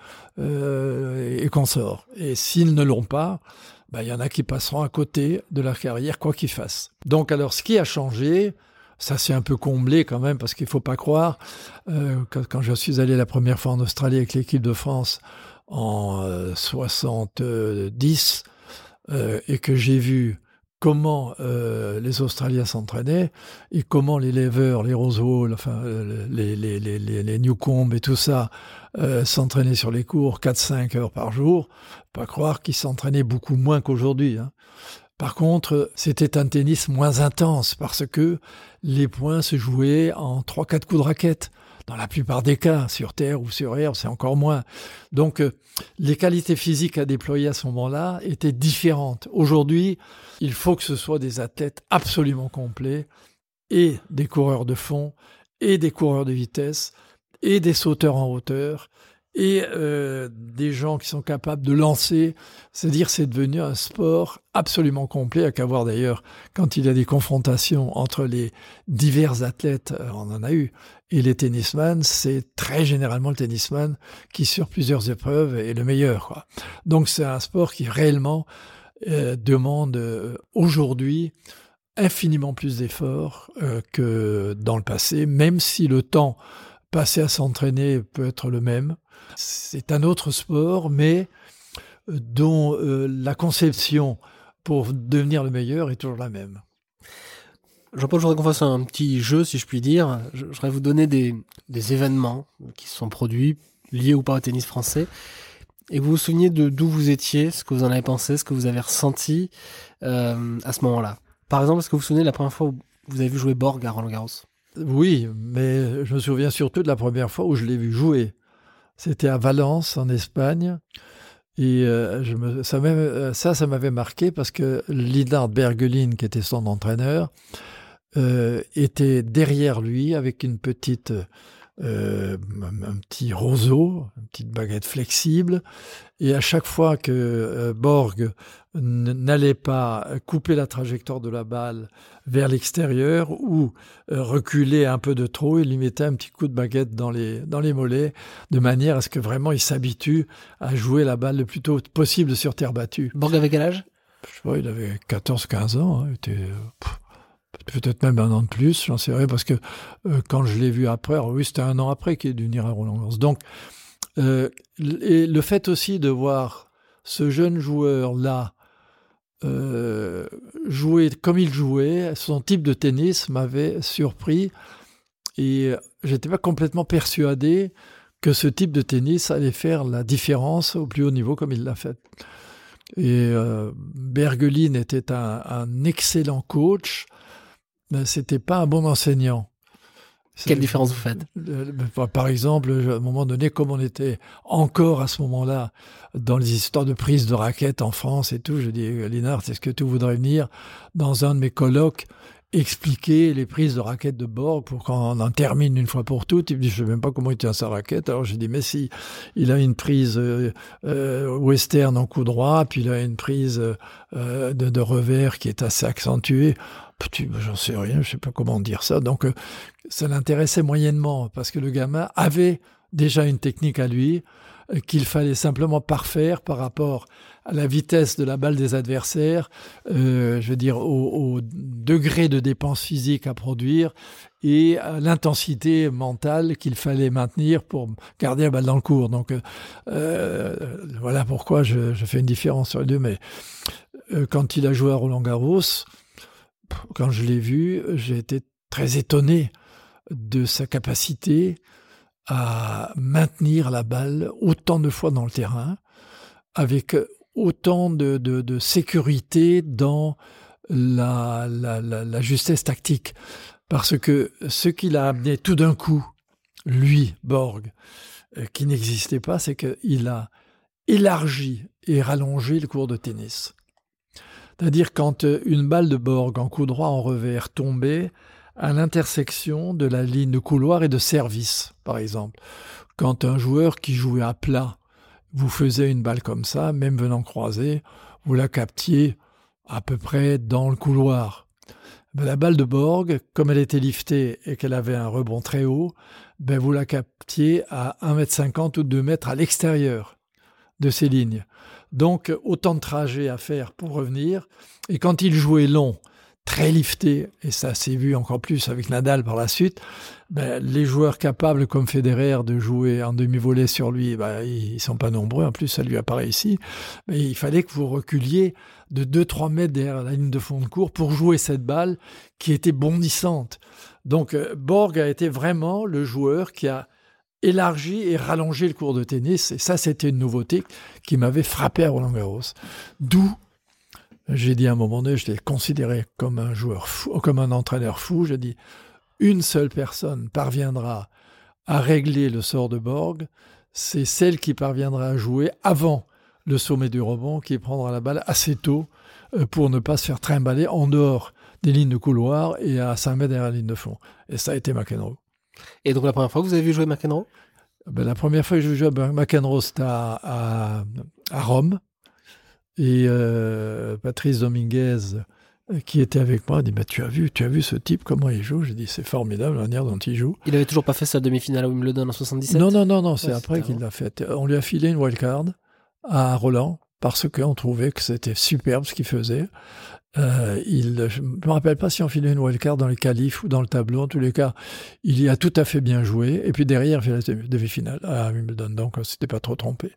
euh, et consorts. Et s'ils ne l'ont pas, bah, y en a qui passeront à côté de leur carrière, quoi qu'ils fassent. Donc alors, ce qui a changé, ça c'est un peu comblé quand même, parce qu'il ne faut pas croire, euh, quand, quand je suis allé la première fois en Australie avec l'équipe de France en euh, soixante-dix, euh, et que j'ai vu comment euh, les Australiens s'entraînaient et comment les Lever, les Rosewall, enfin les, les, les, les, les Newcombe et tout ça euh, s'entraînaient sur les cours quatre à cinq heures par jour. Pas croire qu'ils s'entraînaient beaucoup moins qu'aujourd'hui, hein. Par contre, c'était un tennis moins intense parce que les points se jouaient en trois quatre coups de raquette. Dans la plupart des cas, sur terre ou sur herbe, c'est encore moins. Donc, euh, les qualités physiques à déployer à ce moment-là étaient différentes. Aujourd'hui, il faut que ce soit des athlètes absolument complets et des coureurs de fond et des coureurs de vitesse et des sauteurs en hauteur et euh, des gens qui sont capables de lancer. C'est-à-dire c'est devenu un sport absolument complet, à qu'avoir d'ailleurs quand il y a des confrontations entre les divers athlètes, on en a eu, et les tennisman, c'est très généralement le tennisman qui sur plusieurs épreuves est le meilleur, quoi. Donc c'est un sport qui réellement euh, demande euh, aujourd'hui infiniment plus d'efforts euh, que dans le passé, même si le temps passé à s'entraîner peut être le même. C'est un autre sport, mais dont euh, la conception pour devenir le meilleur est toujours la même. Jean-Paul, je voudrais qu'on fasse un petit jeu, si je puis dire. Je, je voudrais vous donner des, des événements qui se sont produits, liés ou pas au tennis français, et que vous vous souveniez de d'où vous étiez, ce que vous en avez pensé, ce que vous avez ressenti euh, à ce moment-là. Par exemple, est-ce que vous vous souvenez de la première fois où vous avez vu jouer Borg à Roland-Garros? Oui, mais je me souviens surtout de la première fois où je l'ai vu jouer. C'était à Valence, en Espagne. Et euh, je me, ça, même, ça, ça m'avait marqué parce que Linhard Bergelin, qui était son entraîneur, euh, était derrière lui avec une petite, euh, un petit roseau, une petite baguette flexible. Et à chaque fois que euh, Borg n'allait pas couper la trajectoire de la balle vers l'extérieur ou euh, reculer un peu de trop, il lui mettait un petit coup de baguette dans les, dans les mollets, de manière à ce que vraiment il s'habitue à jouer la balle le plus tôt possible sur terre battue. Borg avait quel âge? Je sais pas, il avait quatorze quinze ans, hein, il était, pff, peut-être même un an de plus, j'en sais rien, parce que euh, quand je l'ai vu après, alors oui, c'était un an après qu'il est dû venir à Roland-Garros. Donc, euh, et le fait aussi de voir ce jeune joueur-là euh, jouer comme il jouait, son type de tennis m'avait surpris et je n'étais pas complètement persuadé que ce type de tennis allait faire la différence au plus haut niveau comme il l'a fait. Et euh, Bergelin était un, un excellent coach, mais c'était pas un bon enseignant. Quelle différence vous faites ? Par exemple, à un moment donné, comme on était encore à ce moment-là dans les histoires de prise de raquettes en France et tout, je dis, Linhart, est-ce que tu voudrais venir dans un de mes colloques expliquer les prises de raquettes de Borg pour qu'on en termine une fois pour toutes? Il me dit, je ne sais même pas comment il tient sa raquette. Alors j'ai dit, mais si, il a une prise euh, euh, western en coup droit, puis il a une prise euh, de, de revers qui est assez accentuée. J'en sais rien, je ne sais pas comment dire ça. Donc, euh, ça l'intéressait moyennement parce que le gamin avait déjà une technique à lui euh, qu'il fallait simplement parfaire par rapport à la vitesse de la balle des adversaires, euh, je veux dire au, au degré de dépense physique à produire et à l'intensité mentale qu'il fallait maintenir pour garder la balle dans le court. Donc, euh, euh, voilà pourquoi je, je fais une différence sur les deux. Mais euh, quand il a joué à Roland-Garros, quand je l'ai vu, j'ai été très étonné de sa capacité à maintenir la balle autant de fois dans le terrain, avec autant de, de, de sécurité dans la, la, la, la justesse tactique. Parce que ce qu'il a amené tout d'un coup, lui, Borg, euh, qui n'existait pas, c'est qu'il a élargi et rallongé le cours de tennis. C'est-à-dire quand une balle de Borg en coup droit en revers tombait à l'intersection de la ligne de couloir et de service, par exemple. Quand un joueur qui jouait à plat vous faisait une balle comme ça, même venant croiser, vous la captiez à peu près dans le couloir. Mais la balle de Borg, comme elle était liftée et qu'elle avait un rebond très haut, ben vous la captiez à un mètre cinquante ou deux mètres à l'extérieur de ces lignes. Donc, autant de trajets à faire pour revenir. Et quand il jouait long, très lifté, et ça s'est vu encore plus avec Nadal par la suite, ben, les joueurs capables comme Federer de jouer en demi-volée sur lui, ben, ils ne sont pas nombreux. En plus, ça lui apparaît ici. Mais il fallait que vous reculiez de deux à trois mètres derrière la ligne de fond de court pour jouer cette balle qui était bondissante. Donc, Borg a été vraiment le joueur qui a élargi et rallongé le cours de tennis. Et ça, c'était une nouveauté qui m'avait frappé à Roland-Garros. D'où, j'ai dit à un moment donné, je l'ai considéré comme un joueur fou, comme un entraîneur fou. J'ai dit, une seule personne parviendra à régler le sort de Borg, c'est celle qui parviendra à jouer avant le sommet du rebond, qui prendra la balle assez tôt pour ne pas se faire trimballer en dehors des lignes de couloir et à cinq mètres derrière la ligne de fond. Et ça a été McEnroe. Et donc la première fois que vous avez vu jouer McEnroe ? Ben, la première fois que je jouais à McEnroe, c'était à, à, à Rome. Et euh, Patrice Dominguez, qui était avec moi, a dit bah, « Tu as vu, tu as vu ce type, comment il joue ?» J'ai dit « C'est formidable la manière dont il joue. » Il n'avait toujours pas fait sa demi-finale à Wimbledon en soixante-dix-sept ? Non, non, non, non c'est ouais, après qu'il avant. l'a fait. On lui a filé une wildcard à Roland parce qu'on trouvait que c'était superbe ce qu'il faisait. Euh, il, je ne me rappelle pas si on filait une wildcard dans les qualifs ou dans le tableau. En tous les cas, il y a tout à fait bien joué. Et puis derrière, il fait la demi-finale à Wimbledon. Donc, on ne s'était pas trop trompé.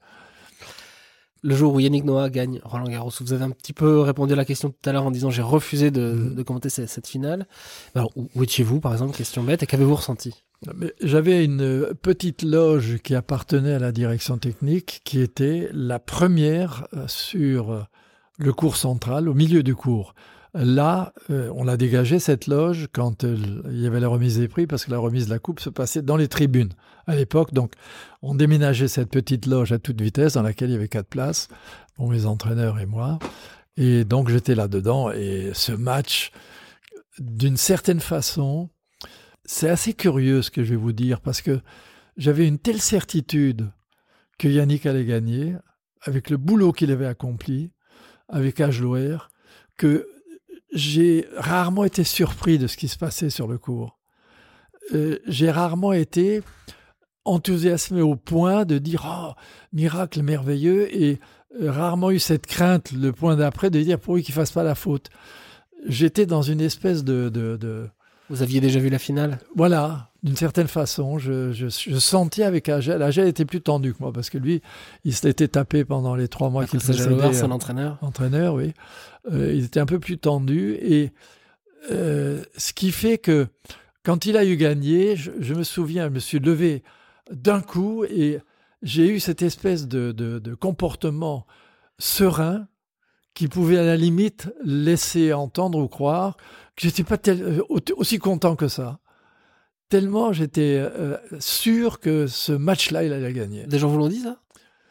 Le jour où Yannick Noah gagne Roland-Garros, vous avez un petit peu répondu à la question tout à l'heure en disant j'ai refusé de, mmh. de commenter cette, cette finale. Alors, où étiez-vous, par exemple, question bête, et qu'avez-vous ressenti ? Mais j'avais une petite loge qui appartenait à la direction technique, qui était la première sur le cours central, au milieu du cours. Là, euh, on a dégagé cette loge quand euh, il y avait la remise des prix, parce que la remise de la coupe se passait dans les tribunes à l'époque. Donc, on déménageait cette petite loge à toute vitesse dans laquelle il y avait quatre places, pour mes entraîneurs et moi. Et donc, j'étais là-dedans. Et ce match, d'une certaine façon, c'est assez curieux ce que je vais vous dire, parce que j'avais une telle certitude que Yannick allait gagner, avec le boulot qu'il avait accompli, avec Ajloer, que j'ai rarement été surpris de ce qui se passait sur le court. Euh, j'ai rarement été enthousiasmé au point de dire « Oh, miracle merveilleux » et euh, rarement eu cette crainte, le point d'après, de dire « Pourvu qu'il ne fasse pas la faute ». J'étais dans une espèce de, de, de... Vous aviez déjà vu la finale ? Voilà. d'une certaine façon, je, je, je sentais avec Agel, Agel était plus tendu que moi, parce que lui, il s'était tapé pendant les trois mois qu'il précédait. Son entraîneur. Entraîneur, oui. Euh, il était un peu plus tendu, et euh, ce qui fait que, quand il a eu gagné, je, je me souviens, je me suis levé d'un coup, et j'ai eu cette espèce de, de, de comportement serein, qui pouvait à la limite laisser entendre ou croire que j'étais pas tel, aussi content que ça. Tellement j'étais euh, sûr que ce match-là, il allait gagner. Des gens vous l'ont dit, ça ?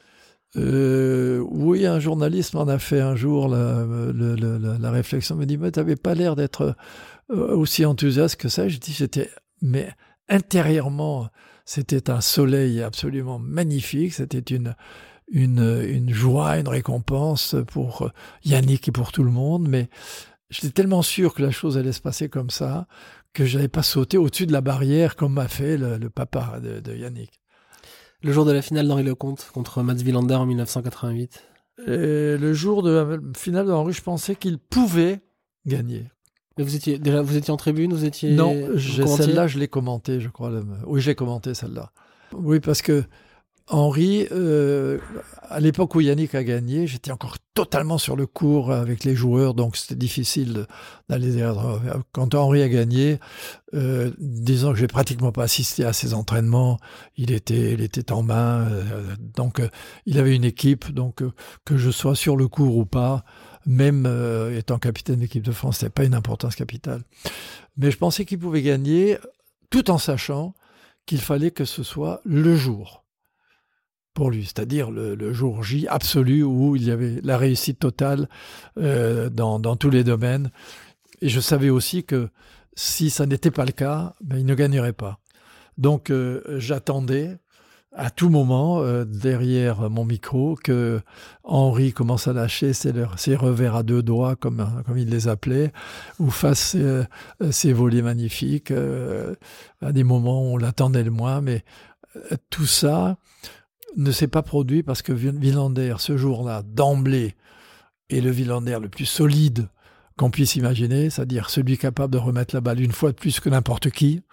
euh, Oui, un journaliste m'en a fait un jour la, la, la, la réflexion. Il m'a dit, mais tu n'avais pas l'air d'être aussi enthousiaste que ça. J'ai dit, j'étais, mais intérieurement, c'était un soleil absolument magnifique. C'était une, une, une joie, une récompense pour Yannick et pour tout le monde. Mais j'étais tellement sûr que la chose allait se passer comme ça que je n'avais pas sauté au-dessus de la barrière comme m'a fait le, le papa de, de Yannick. Le jour de la finale d'Henri Lecomte contre Mats Wilander en dix-neuf cent quatre-vingt-huit. Et le jour de la finale d'Henri, je pensais qu'il pouvait gagner. Mais vous étiez déjà, vous étiez en tribune, vous étiez. Non, j'ai, celle-là, je l'ai commentée, je crois. Oui, je l'ai commentée, celle-là. Oui, parce que Henri, euh, à l'époque où Yannick a gagné, j'étais encore totalement sur le court avec les joueurs, donc c'était difficile d'aller derrière. Quand Henri a gagné, euh, disons que j'ai pratiquement pas assisté à ses entraînements, il était, il était en main, euh, donc euh, il avait une équipe, donc euh, que je sois sur le court ou pas, même euh, étant capitaine de l'équipe de France, c'était pas une importance capitale. Mais je pensais qu'il pouvait gagner, tout en sachant qu'il fallait que ce soit le jour pour lui, c'est-à-dire le, le jour J absolu où il y avait la réussite totale euh, dans, dans tous les domaines. Et je savais aussi que si ça n'était pas le cas, ben, il ne gagnerait pas. Donc euh, j'attendais à tout moment, euh, derrière mon micro, que Henri commence à lâcher ses, ses revers à deux doigts, comme, comme il les appelait, ou fasse euh, ses volées magnifiques, euh, à des moments où on l'attendait le moins. Mais euh, tout ça ne s'est pas produit parce que Wilander, ce jour-là, d'emblée, est le Wilander le plus solide qu'on puisse imaginer, c'est-à-dire celui capable de remettre la balle une fois de plus que n'importe qui.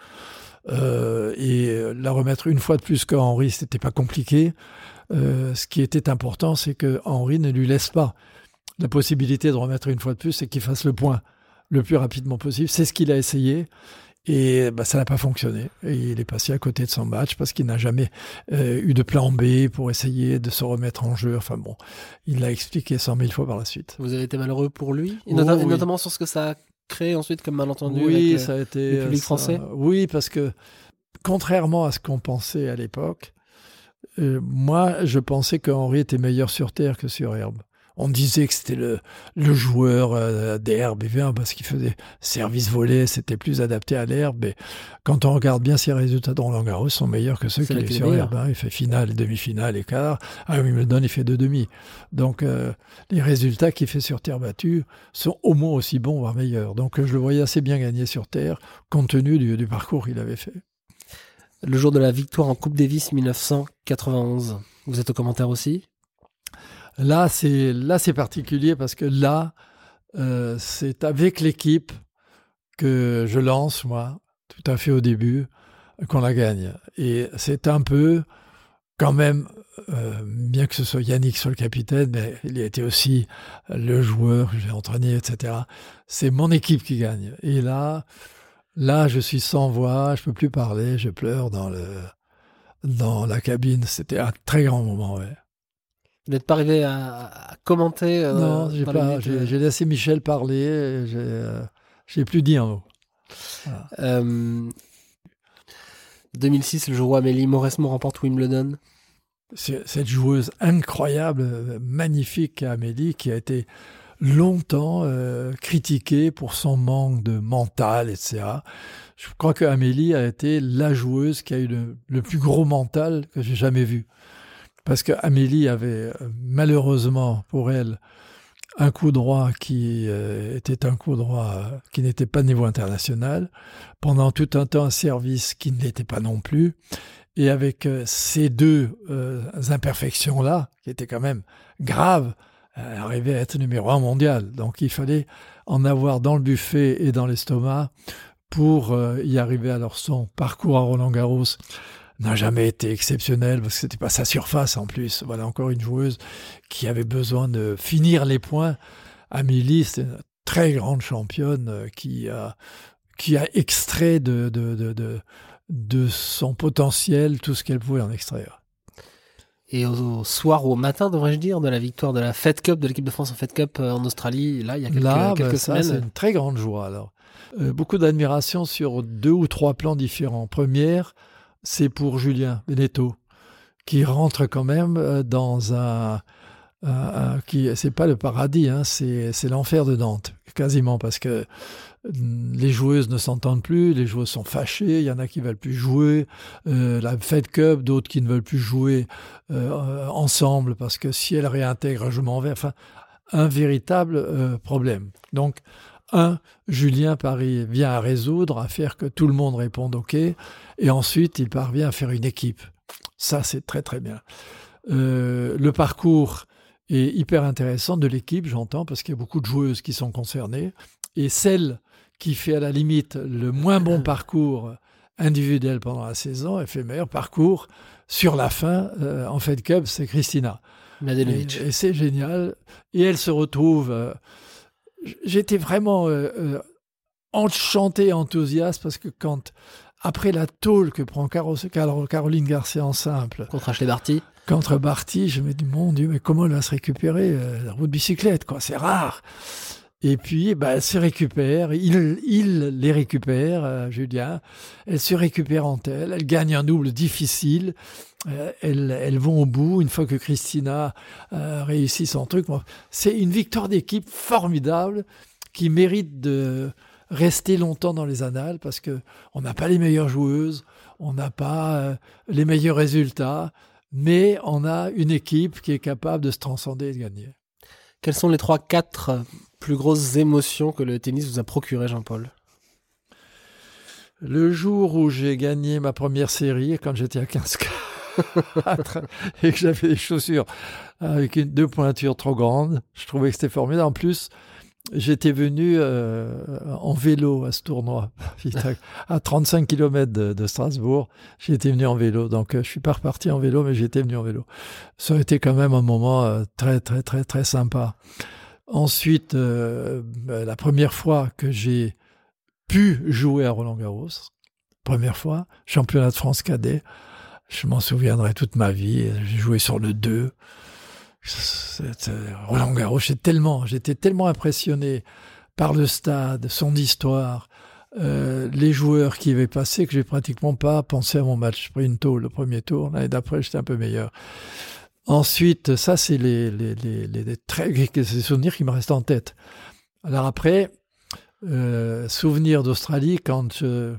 Euh, et la remettre une fois de plus qu'Henri, c'était pas compliqué. Euh, ce qui était important, c'est que Henri ne lui laisse pas la possibilité de remettre une fois de plus et qu'il fasse le point le plus rapidement possible. C'est ce qu'il a essayé. Et bah, ça n'a pas fonctionné. Et il est passé à côté de son match parce qu'il n'a jamais euh, eu de plan B pour essayer de se remettre en jeu. Enfin bon, il l'a expliqué cent mille fois par la suite. Vous avez été malheureux pour lui, et, oh, nota- oui. et notamment sur ce que ça a créé ensuite comme malentendu oui, avec le, ça a été, le public ça, français. Oui, parce que contrairement à ce qu'on pensait à l'époque, euh, moi je pensais qu'Henri était meilleur sur terre que sur herbe. On disait que c'était le, le joueur euh, d'herbe, parce qu'il faisait service volé, c'était plus adapté à l'herbe. Et quand on regarde bien ses résultats dans Roland-Garros, sont meilleurs que ceux C'est qu'il est sur herbe. Hein. Il fait finale, demi-finale, et quart. À Wimbledon, il fait deux demi. Donc, euh, les résultats qu'il fait sur terre battue sont au moins aussi bons, voire meilleurs. Donc, je le voyais assez bien gagner sur terre, compte tenu du, du parcours qu'il avait fait. Le jour de la victoire en Coupe Davis dix-neuf cent quatre-vingt-onze, vous êtes au commentaire aussi ? Là, c'est, là, c'est particulier parce que là, euh, c'est avec l'équipe que je lance, moi, tout à fait au début, qu'on la gagne. Et c'est un peu, quand même, euh, bien que ce soit Yannick sur le capitaine, mais il a été aussi le joueur que j'ai entraîné, et cetera. C'est mon équipe qui gagne. Et là, là, je suis sans voix, je peux plus parler, je pleure dans le, dans la cabine. C'était un très grand moment, ouais. Vous n'êtes pas arrivé à, à commenter euh, Non, j'ai, pas, j'ai, j'ai laissé Michel parler, et j'ai, euh, j'ai plus dit un mot. Voilà. Euh, deux mille six, le jour où Amélie Mauresmo remporte Wimbledon. C'est, cette joueuse incroyable, magnifique Amélie, qui a été longtemps euh, critiquée pour son manque de mental, et cetera. Je crois qu'Amélie a été la joueuse qui a eu le, le plus gros mental que j'ai jamais vu. Parce qu'Amélie avait malheureusement pour elle un coup droit qui euh, était un coup droit euh, qui n'était pas de niveau international, pendant tout un temps un service qui ne l'était pas non plus, et avec euh, ces deux euh, imperfections-là, qui étaient quand même graves, elle arrivait à être numéro un mondial. Donc il fallait en avoir dans le buffet et dans l'estomac pour euh, y arriver. Alors son parcours à Roland-Garros n'a jamais été exceptionnel parce que c'était pas sa surface en plus. Voilà encore une joueuse qui avait besoin de finir les points. Amélie, c'est une très grande championne euh, qui a qui a extrait de de de de, de son potentiel tout ce qu'elle pouvait en extraire. Et au, au soir ou au matin, devrais-je dire, de la victoire de la Fed Cup, de l'équipe de France en Fed Cup euh, en Australie, là, il y a quelques, là, quelques ben, ça, semaines. C'est une très grande joie. Alors, euh, beaucoup d'admiration sur deux ou trois plans différents. Première, c'est pour Julien Beneteau, qui rentre quand même euh, dans un, un, un qui, c'est pas le paradis, hein, c'est, c'est l'enfer de Nantes, quasiment, parce que les joueuses ne s'entendent plus, les joueuses sont fâchées, il y en a qui ne veulent plus jouer, euh, la Fed Cup, d'autres qui ne veulent plus jouer euh, ensemble parce que si elles réintègrent, je m'en vais. Enfin, un véritable euh, problème. Donc, un, Julien Paris vient à résoudre, à faire que tout le monde réponde OK, et ensuite, il parvient à faire une équipe. Ça, c'est très, très bien. Euh, le parcours est hyper intéressant de l'équipe, j'entends, parce qu'il y a beaucoup de joueuses qui sont concernées, et celle qui fait à la limite le moins bon parcours individuel pendant la saison, elle fait le meilleur parcours sur la fin euh, en Fed Cup, c'est Kristina. Mladenovic. Et, et c'est génial. Et elle se retrouve... Euh, j'étais vraiment euh, euh, enchanté, enthousiaste, parce que quand, après la tôle que prend Caro, Caro, Caroline Garcia en simple... Contre Ashley Barty. Contre Barty, je me dis, mon Dieu, mais comment elle va se récupérer euh, la roue de bicyclette, quoi, c'est rare. Et puis, bah, elle se récupère, il, il les récupère, euh, Julien, elle se récupère en telle, elle gagne un double difficile, euh, elles, elles vont au bout, une fois que Kristina euh, réussit son truc. Bon, c'est une victoire d'équipe formidable qui mérite de rester longtemps dans les annales parce qu'on n'a pas les meilleures joueuses, on n'a pas euh, les meilleurs résultats, mais on a une équipe qui est capable de se transcender et de gagner. Quelles sont les trois, quatre plus grosses émotions que le tennis vous a procuré, Jean-Paul? Le jour où j'ai gagné ma première série, quand j'étais à quinze quatre et que j'avais des chaussures avec une, deux pointures trop grandes, je trouvais que c'était formidable. En plus, j'étais venu euh, en vélo à ce tournoi, à trente-cinq kilomètres de, de Strasbourg. J'étais venu en vélo, donc euh, je suis pas reparti en vélo, mais j'étais venu en vélo. Ça a été quand même un moment euh, très, très, très, très sympa. Ensuite, euh, la première fois que j'ai pu jouer à Roland-Garros, première fois, championnat de France cadet, je m'en souviendrai toute ma vie. J'ai joué sur le deux. Roland-Garros, j'étais tellement, j'étais tellement impressionné par le stade, son histoire, euh, les joueurs qui y avaient passé que j'ai pratiquement pas pensé à mon match. J'ai pris une tôle le premier tour. L'année d'après, j'étais un peu meilleur. Ensuite, ça, c'est les, les, les, les, les très les souvenirs qui me restent en tête. Alors après, euh, souvenirs d'Australie, quand je,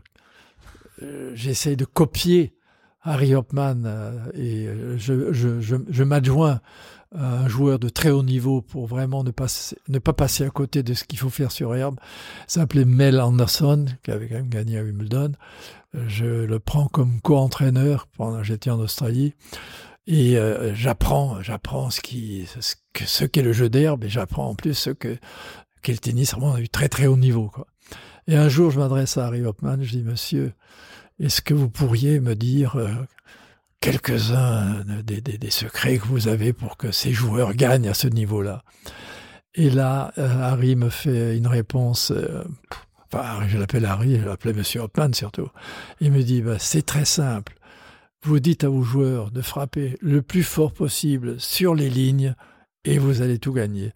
euh, j'essaie de copier Harry Hopman euh, et je, je, je, je m'adjoins à un joueur de très haut niveau pour vraiment ne pas, ne pas passer à côté de ce qu'il faut faire sur herbe. Ça s'appelait Mel Anderson, qui avait quand même gagné à Wimbledon. Je le prends comme co-entraîneur pendant que j'étais en Australie. Et euh, j'apprends, j'apprends ce qui, ce, que, ce qu'est le jeu d'herbe, et j'apprends en plus ce que qu'est le tennis vraiment du très très haut niveau, quoi. Et un jour, je m'adresse à Harry Hopman, je dis, monsieur, est-ce que vous pourriez me dire euh, quelques-uns des, des, des secrets que vous avez pour que ces joueurs gagnent à ce niveau-là? Et là, euh, Harry me fait une réponse. Euh, enfin, je l'appelle Harry, je l'appelais monsieur Hopman surtout. Il me dit, bah, c'est très simple. Vous dites à vos joueurs de frapper le plus fort possible sur les lignes et vous allez tout gagner.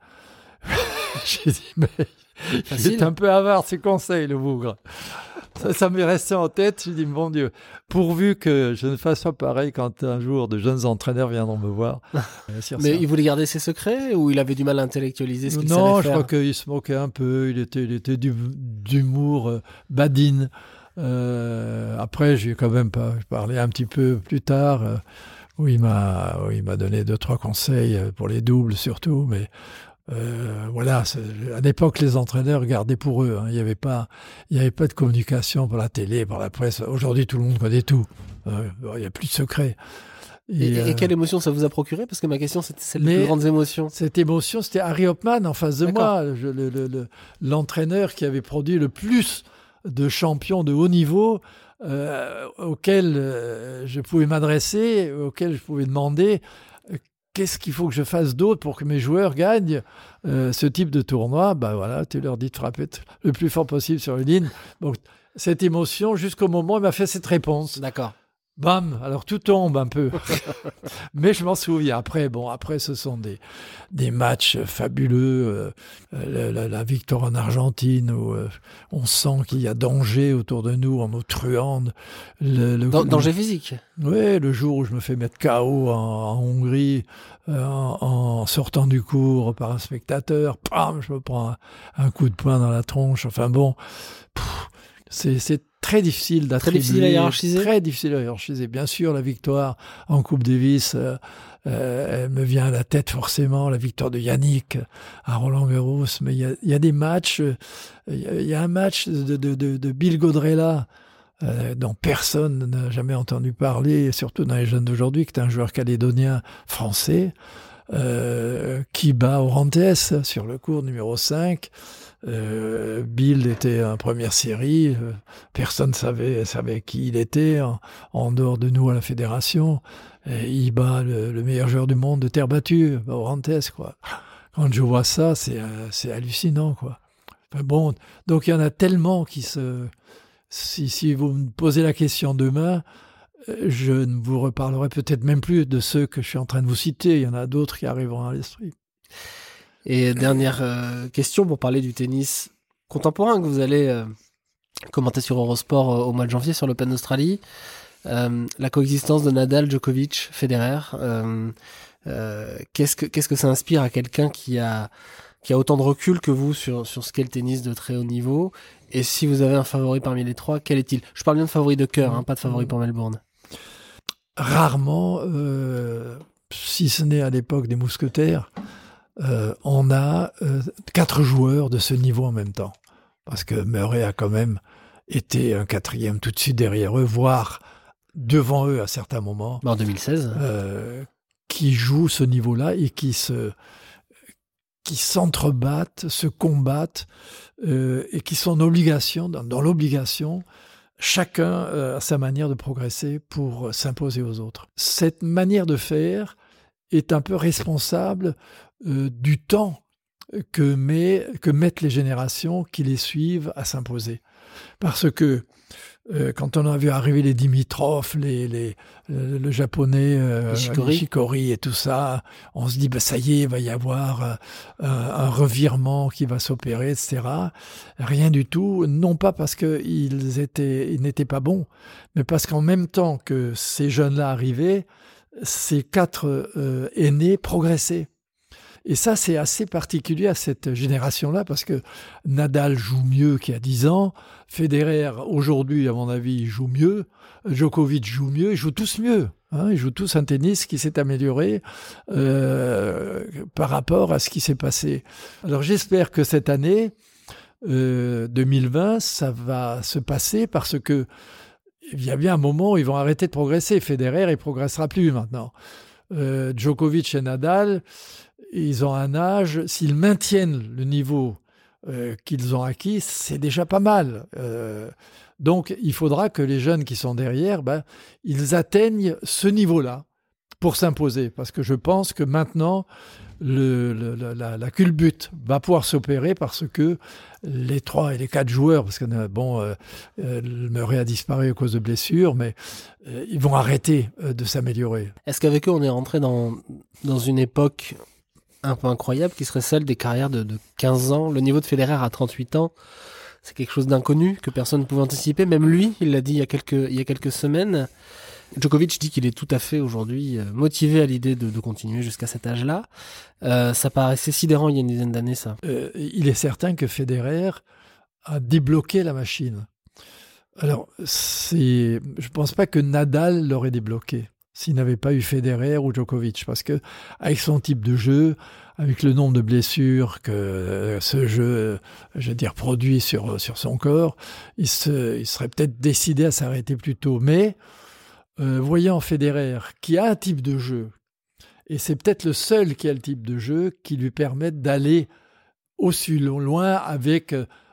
J'ai dit, mais il est un peu avare ces conseils, le bougre. Ça, ça m'est resté en tête. J'ai dit, mon Dieu, pourvu que je ne fasse pas pareil quand un jour de jeunes entraîneurs viendront me voir. Mais ça. Il voulait garder ses secrets ou il avait du mal à intellectualiser ce qu'il savait faire? Non, je crois qu'il se moquait un peu. Il était, il était du, d'humour euh, badine. Euh, après, j'ai quand même pas parlé un petit peu plus tard euh, où il m'a, où il m'a donné deux trois conseils pour les doubles surtout, mais euh, voilà. C'est, à l'époque, les entraîneurs gardaient pour eux. Hein, il y avait pas, il y avait pas de communication par la télé, par la presse. Aujourd'hui, tout le monde connaît tout. Euh, il y a plus de secrets. Et, et, euh, et quelle émotion ça vous a procuré? Parce que ma question, c'était celle des plus grandes émotions. Cette émotion, c'était Harry Hopman en face de D'accord. moi, je, le, le, le, l'entraîneur qui avait produit le plus de champions de haut niveau euh, auxquels euh, je pouvais m'adresser, auxquels je pouvais demander euh, qu'est-ce qu'il faut que je fasse d'autre pour que mes joueurs gagnent euh, ce type de tournoi. Ben voilà, tu leur dis de frapper le plus fort possible sur les lignes. Donc, cette émotion, jusqu'au moment où il m'a fait cette réponse. D'accord. Bam, alors tout tombe un peu. Mais je m'en souviens. Après, bon, après, ce sont des, des matchs fabuleux. Euh, la, la victoire en Argentine, où euh, on sent qu'il y a danger autour de nous, on nous truande. Le, le, Dan- danger physique. Oui, le jour où je me fais mettre K O en, en Hongrie, euh, en, en sortant du cours par un spectateur, pam, je me prends un, un coup de poing dans la tronche. Enfin bon, pff, c'est, c'est très difficile d'attribuer. Très difficile à hiérarchiser. Très difficile à hiérarchiser. Bien sûr, la victoire en Coupe Davis, euh, euh, elle me vient à la tête forcément, la victoire de Yannick à Roland-Garros. Mais il y a, y a des matchs, il y, y a un match de, de, de, de Bill Godrella, euh, dont personne n'a jamais entendu parler, surtout dans les jeunes d'aujourd'hui, qui est un joueur calédonien français, euh, qui bat Orantes sur le court numéro cinq. Euh, Bill était en première série, euh, personne ne savait, savait qui il était, en, en dehors de nous à la fédération. Et il bat le, le meilleur joueur du monde de terre battue, Orantes, quoi. Quand je vois ça, c'est, euh, c'est hallucinant, quoi. Enfin, bon, donc il y en a tellement qui se... Si, si vous me posez la question demain, je ne vous reparlerai peut-être même plus de ceux que je suis en train de vous citer. Il y en a d'autres qui arriveront à l'esprit. Et dernière euh, question pour parler du tennis contemporain que vous allez euh, commenter sur Eurosport euh, au mois de janvier sur l'Open d'Australie. Euh, la coexistence de Nadal, Djokovic, Federer. Euh, euh, qu'est-ce que qu'est-ce que ça inspire à quelqu'un qui a qui a autant de recul que vous sur sur ce qu'est le tennis de très haut niveau? Et si vous avez un favori parmi les trois, quel est-il? Je parle bien de favori de cœur, hein, pas de favori pour Melbourne. Rarement, euh, si ce n'est à l'époque des mousquetaires, euh, on a euh, quatre joueurs de ce niveau en même temps. Parce que Murray a quand même été un quatrième tout de suite derrière eux, voire devant eux à certains moments. En deux mille seize. Euh, qui jouent ce niveau-là et qui se qui s'entrebattent, se combattent euh, et qui sont en obligation, dans, dans l'obligation, chacun euh, a sa manière de progresser pour s'imposer aux autres. Cette manière de faire est un peu responsable euh, du temps que, met, que mettent les générations qui les suivent à s'imposer. Parce que euh, quand on a vu arriver les Dimitrov, les, les, le, le japonais euh, Nishikori. Nishikori et tout ça, on se dit bah, ça y est, il va y avoir euh, un, un revirement qui va s'opérer, et cetera. Rien du tout, non pas parce qu'ils étaient, ils n'étaient pas bons, mais parce qu'en même temps que ces jeunes-là arrivaient, ces quatre euh, aînés progressaient. Et ça, c'est assez particulier à cette génération-là, parce que Nadal joue mieux qu'il y a dix ans, Federer, aujourd'hui, à mon avis, il joue mieux, Djokovic joue mieux, ils jouent tous mieux. Hein, ils jouent tous un tennis qui s'est amélioré euh, par rapport à ce qui s'est passé. Alors j'espère que cette année, euh, deux mille vingt, ça va se passer, parce que il y a bien un moment où ils vont arrêter de progresser. Federer, il ne progressera plus maintenant. Euh, Djokovic et Nadal, ils ont un âge, s'ils maintiennent le niveau euh, qu'ils ont acquis, c'est déjà pas mal. Euh, donc, il faudra que les jeunes qui sont derrière, ben, ils atteignent ce niveau-là pour s'imposer. Parce que je pense que maintenant, le, le, la, la culbute va pouvoir s'opérer, parce que les trois et les quatre joueurs, parce que bon, euh, euh, Murray a disparu à cause de blessures, mais euh, ils vont arrêter euh, de s'améliorer. Est-ce qu'avec eux, on est rentré dans, dans une époque un peu incroyable qui serait celle des carrières de, de quinze ans? Le niveau de Federer à trente-huit ans, c'est quelque chose d'inconnu que personne ne pouvait anticiper. Même lui, il l'a dit il y a quelques, il y a quelques semaines. Djokovic dit qu'il est tout à fait aujourd'hui motivé à l'idée de, de continuer jusqu'à cet âge-là. Euh, ça paraissait sidérant il y a une dizaine d'années, ça. Euh, il est certain que Federer a débloqué la machine. Alors, c'est, je ne pense pas que Nadal l'aurait débloqué s'il n'avait pas eu Federer ou Djokovic, parce que avec son type de jeu, avec le nombre de blessures que euh, ce jeu, je veux dire, produit sur, sur son corps, il, se, il serait peut-être décidé à s'arrêter plus tôt. Mais euh, voyant Federer, qui a un type de jeu, et c'est peut-être le seul qui a le type de jeu qui lui permet d'aller aussi loin avec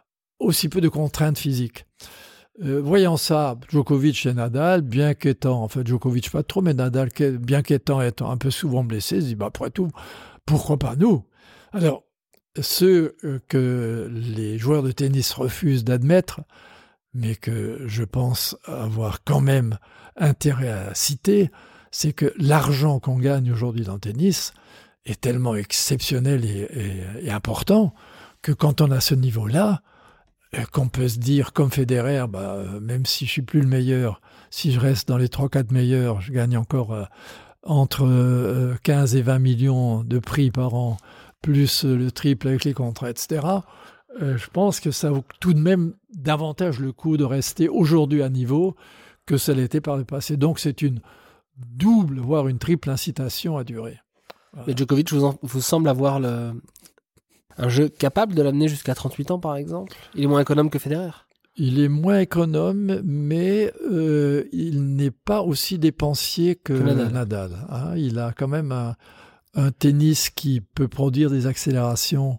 aussi peu de contraintes physiques. Euh, voyant ça, Djokovic et Nadal, bien qu'étant, enfin Djokovic pas trop, mais Nadal, bien qu'étant étant un peu souvent blessé, se dit, bah, après tout, pourquoi pas nous? Alors, ce que les joueurs de tennis refusent d'admettre, mais que je pense avoir quand même intérêt à citer, c'est que l'argent qu'on gagne aujourd'hui dans le tennis est tellement exceptionnel et, et, et important que quand on a ce niveau-là, qu'on peut se dire, comme Federer, bah, même si je suis plus le meilleur, si je reste dans les trois quatre meilleurs, je gagne encore euh, entre euh, quinze et vingt millions de prix par an, plus le triple avec les contrats, et cetera. Euh, je pense que ça vaut tout de même davantage le coup de rester aujourd'hui à niveau que ça l'était par le passé. Donc c'est une double, voire une triple incitation à durer. Voilà. Mais Djokovic vous, en, vous semble avoir le... un jeu capable de l'amener jusqu'à trente-huit ans, par exemple? Il est moins économe que Federer? Il est moins économe, mais euh, il n'est pas aussi dépensier que, que Nadal. Nadal hein. Il a quand même un, un tennis qui peut produire des accélérations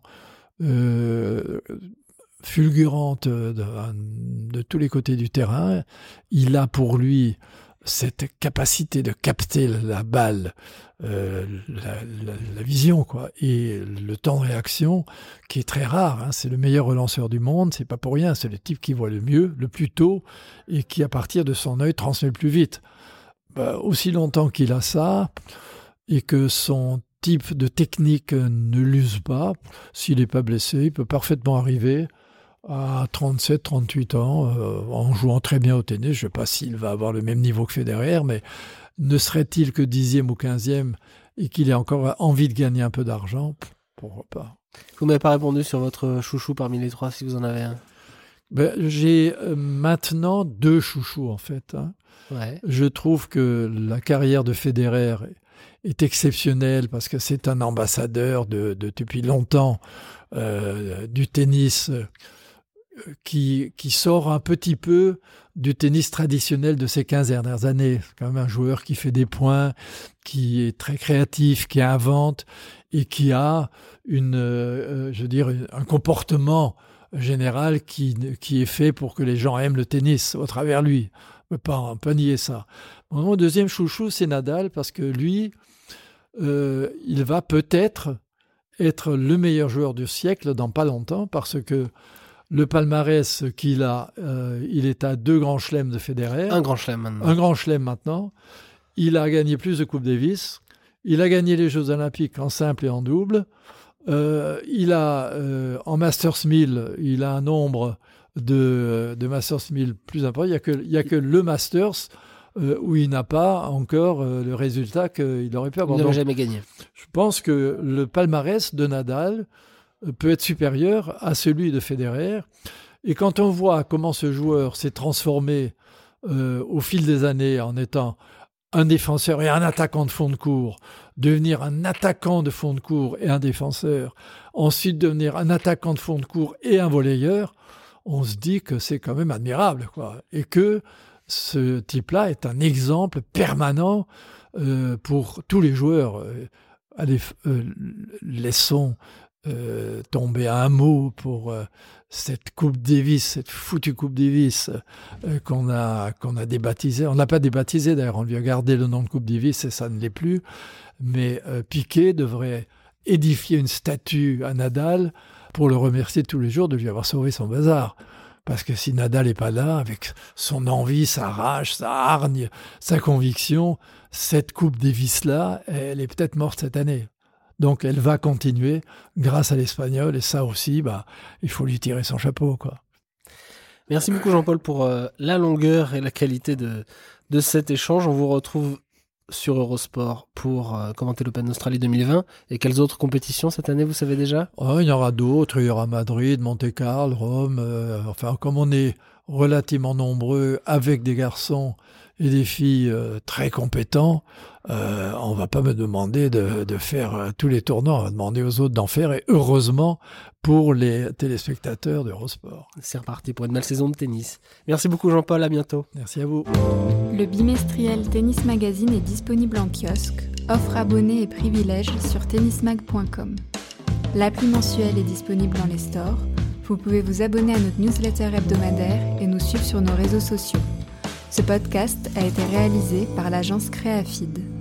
euh, fulgurantes de, de, de tous les côtés du terrain. Il a pour lui cette capacité de capter la balle, euh, la, la, la vision, quoi, et le temps de réaction qui est très rare. Hein. C'est le meilleur relanceur du monde, c'est pas pour rien. C'est le type qui voit le mieux, le plus tôt, et qui, à partir de son œil, transmet le plus vite. Bah, aussi longtemps qu'il a ça, et que son type de technique ne l'use pas, s'il n'est pas blessé, il peut parfaitement arriver à trente-sept trente-huit ans, euh, en jouant très bien au tennis. Je ne sais pas s'il va avoir le même niveau que Federer, mais ne serait-il que dixième ou quinzième et qu'il ait encore envie de gagner un peu d'argent, pourquoi pas. Vous ne m'avez pas répondu sur votre chouchou parmi les trois, si vous en avez un. Ben, j'ai euh, maintenant deux chouchous, en fait. Hein. Ouais. Je trouve que la carrière de Federer est exceptionnelle parce que c'est un ambassadeur de, de, depuis longtemps euh, du tennis euh, Qui, qui sort un petit peu du tennis traditionnel de ces quinze dernières années. C'est quand même un joueur qui fait des points, qui est très créatif, qui invente et qui a une, euh, je veux dire, un comportement général qui, qui est fait pour que les gens aiment le tennis au travers lui. On ne peut pas, on peut nier ça. Mon deuxième chouchou, c'est Nadal, parce que lui, euh, il va peut-être être le meilleur joueur du siècle dans pas longtemps, parce que le palmarès qu'il a, euh, il est à deux grands chelems de Federer. Un grand chelem maintenant. Un grand chelem maintenant. Il a gagné plus de Coupe Davis. Il a gagné les Jeux Olympiques en simple et en double. Euh, il a, euh, en Masters mille, il a un nombre de, de Masters mille plus important. Il n'y a, que, il y a que le Masters euh, où il n'a pas encore euh, le résultat qu'il aurait pu avoir. Il n'aurait jamais gagné. Je pense que le palmarès de Nadal peut être supérieur à celui de Federer. Et quand on voit comment ce joueur s'est transformé euh, au fil des années en étant un défenseur et un attaquant de fond de cours, devenir un attaquant de fond de cours et un défenseur, ensuite devenir un attaquant de fond de cours et un volleyeur, on se dit que c'est quand même admirable, quoi. Et que ce type-là est un exemple permanent euh, pour tous les joueurs. Allez, euh, laissons Euh, tomber à un mot pour euh, cette Coupe Davis, cette foutue Coupe Davis euh, qu'on a, qu'on a débaptisée. On ne l'a pas débaptisée d'ailleurs, on lui a gardé le nom de Coupe Davis et ça ne l'est plus. Mais euh, Piquet devrait édifier une statue à Nadal pour le remercier tous les jours de lui avoir sauvé son bazar. Parce que si Nadal n'est pas là, avec son envie, sa rage, sa hargne, sa conviction, cette Coupe Davis-là, elle est peut-être morte cette année. Donc, elle va continuer grâce à l'Espagnol. Et ça aussi, bah, il faut lui tirer son chapeau, quoi. Merci beaucoup, Jean-Paul, pour euh, la longueur et la qualité de, de cet échange. On vous retrouve sur Eurosport pour euh, commenter l'Open d'Australie deux mille vingt. Et quelles autres compétitions cette année, vous savez déjà ? Oh, il y en aura d'autres. Il y aura Madrid, Monte-Carlo, Rome. Euh, enfin, comme on est relativement nombreux avec des garçons et des filles euh, très compétents, euh, on ne va pas me demander de, de faire euh, tous les tournois, on va demander aux autres d'en faire, et heureusement pour les téléspectateurs d'Eurosport. C'est reparti pour une belle saison de tennis. Merci beaucoup Jean-Paul, à bientôt. Merci à vous. Le bimestriel Tennis Magazine est disponible en kiosque, offre abonnés et privilèges sur tennismag point com. L'appli mensuelle est disponible dans les stores. Vous pouvez vous abonner à notre newsletter hebdomadaire et nous suivre sur nos réseaux sociaux. Ce podcast a été réalisé par l'agence Créafeed.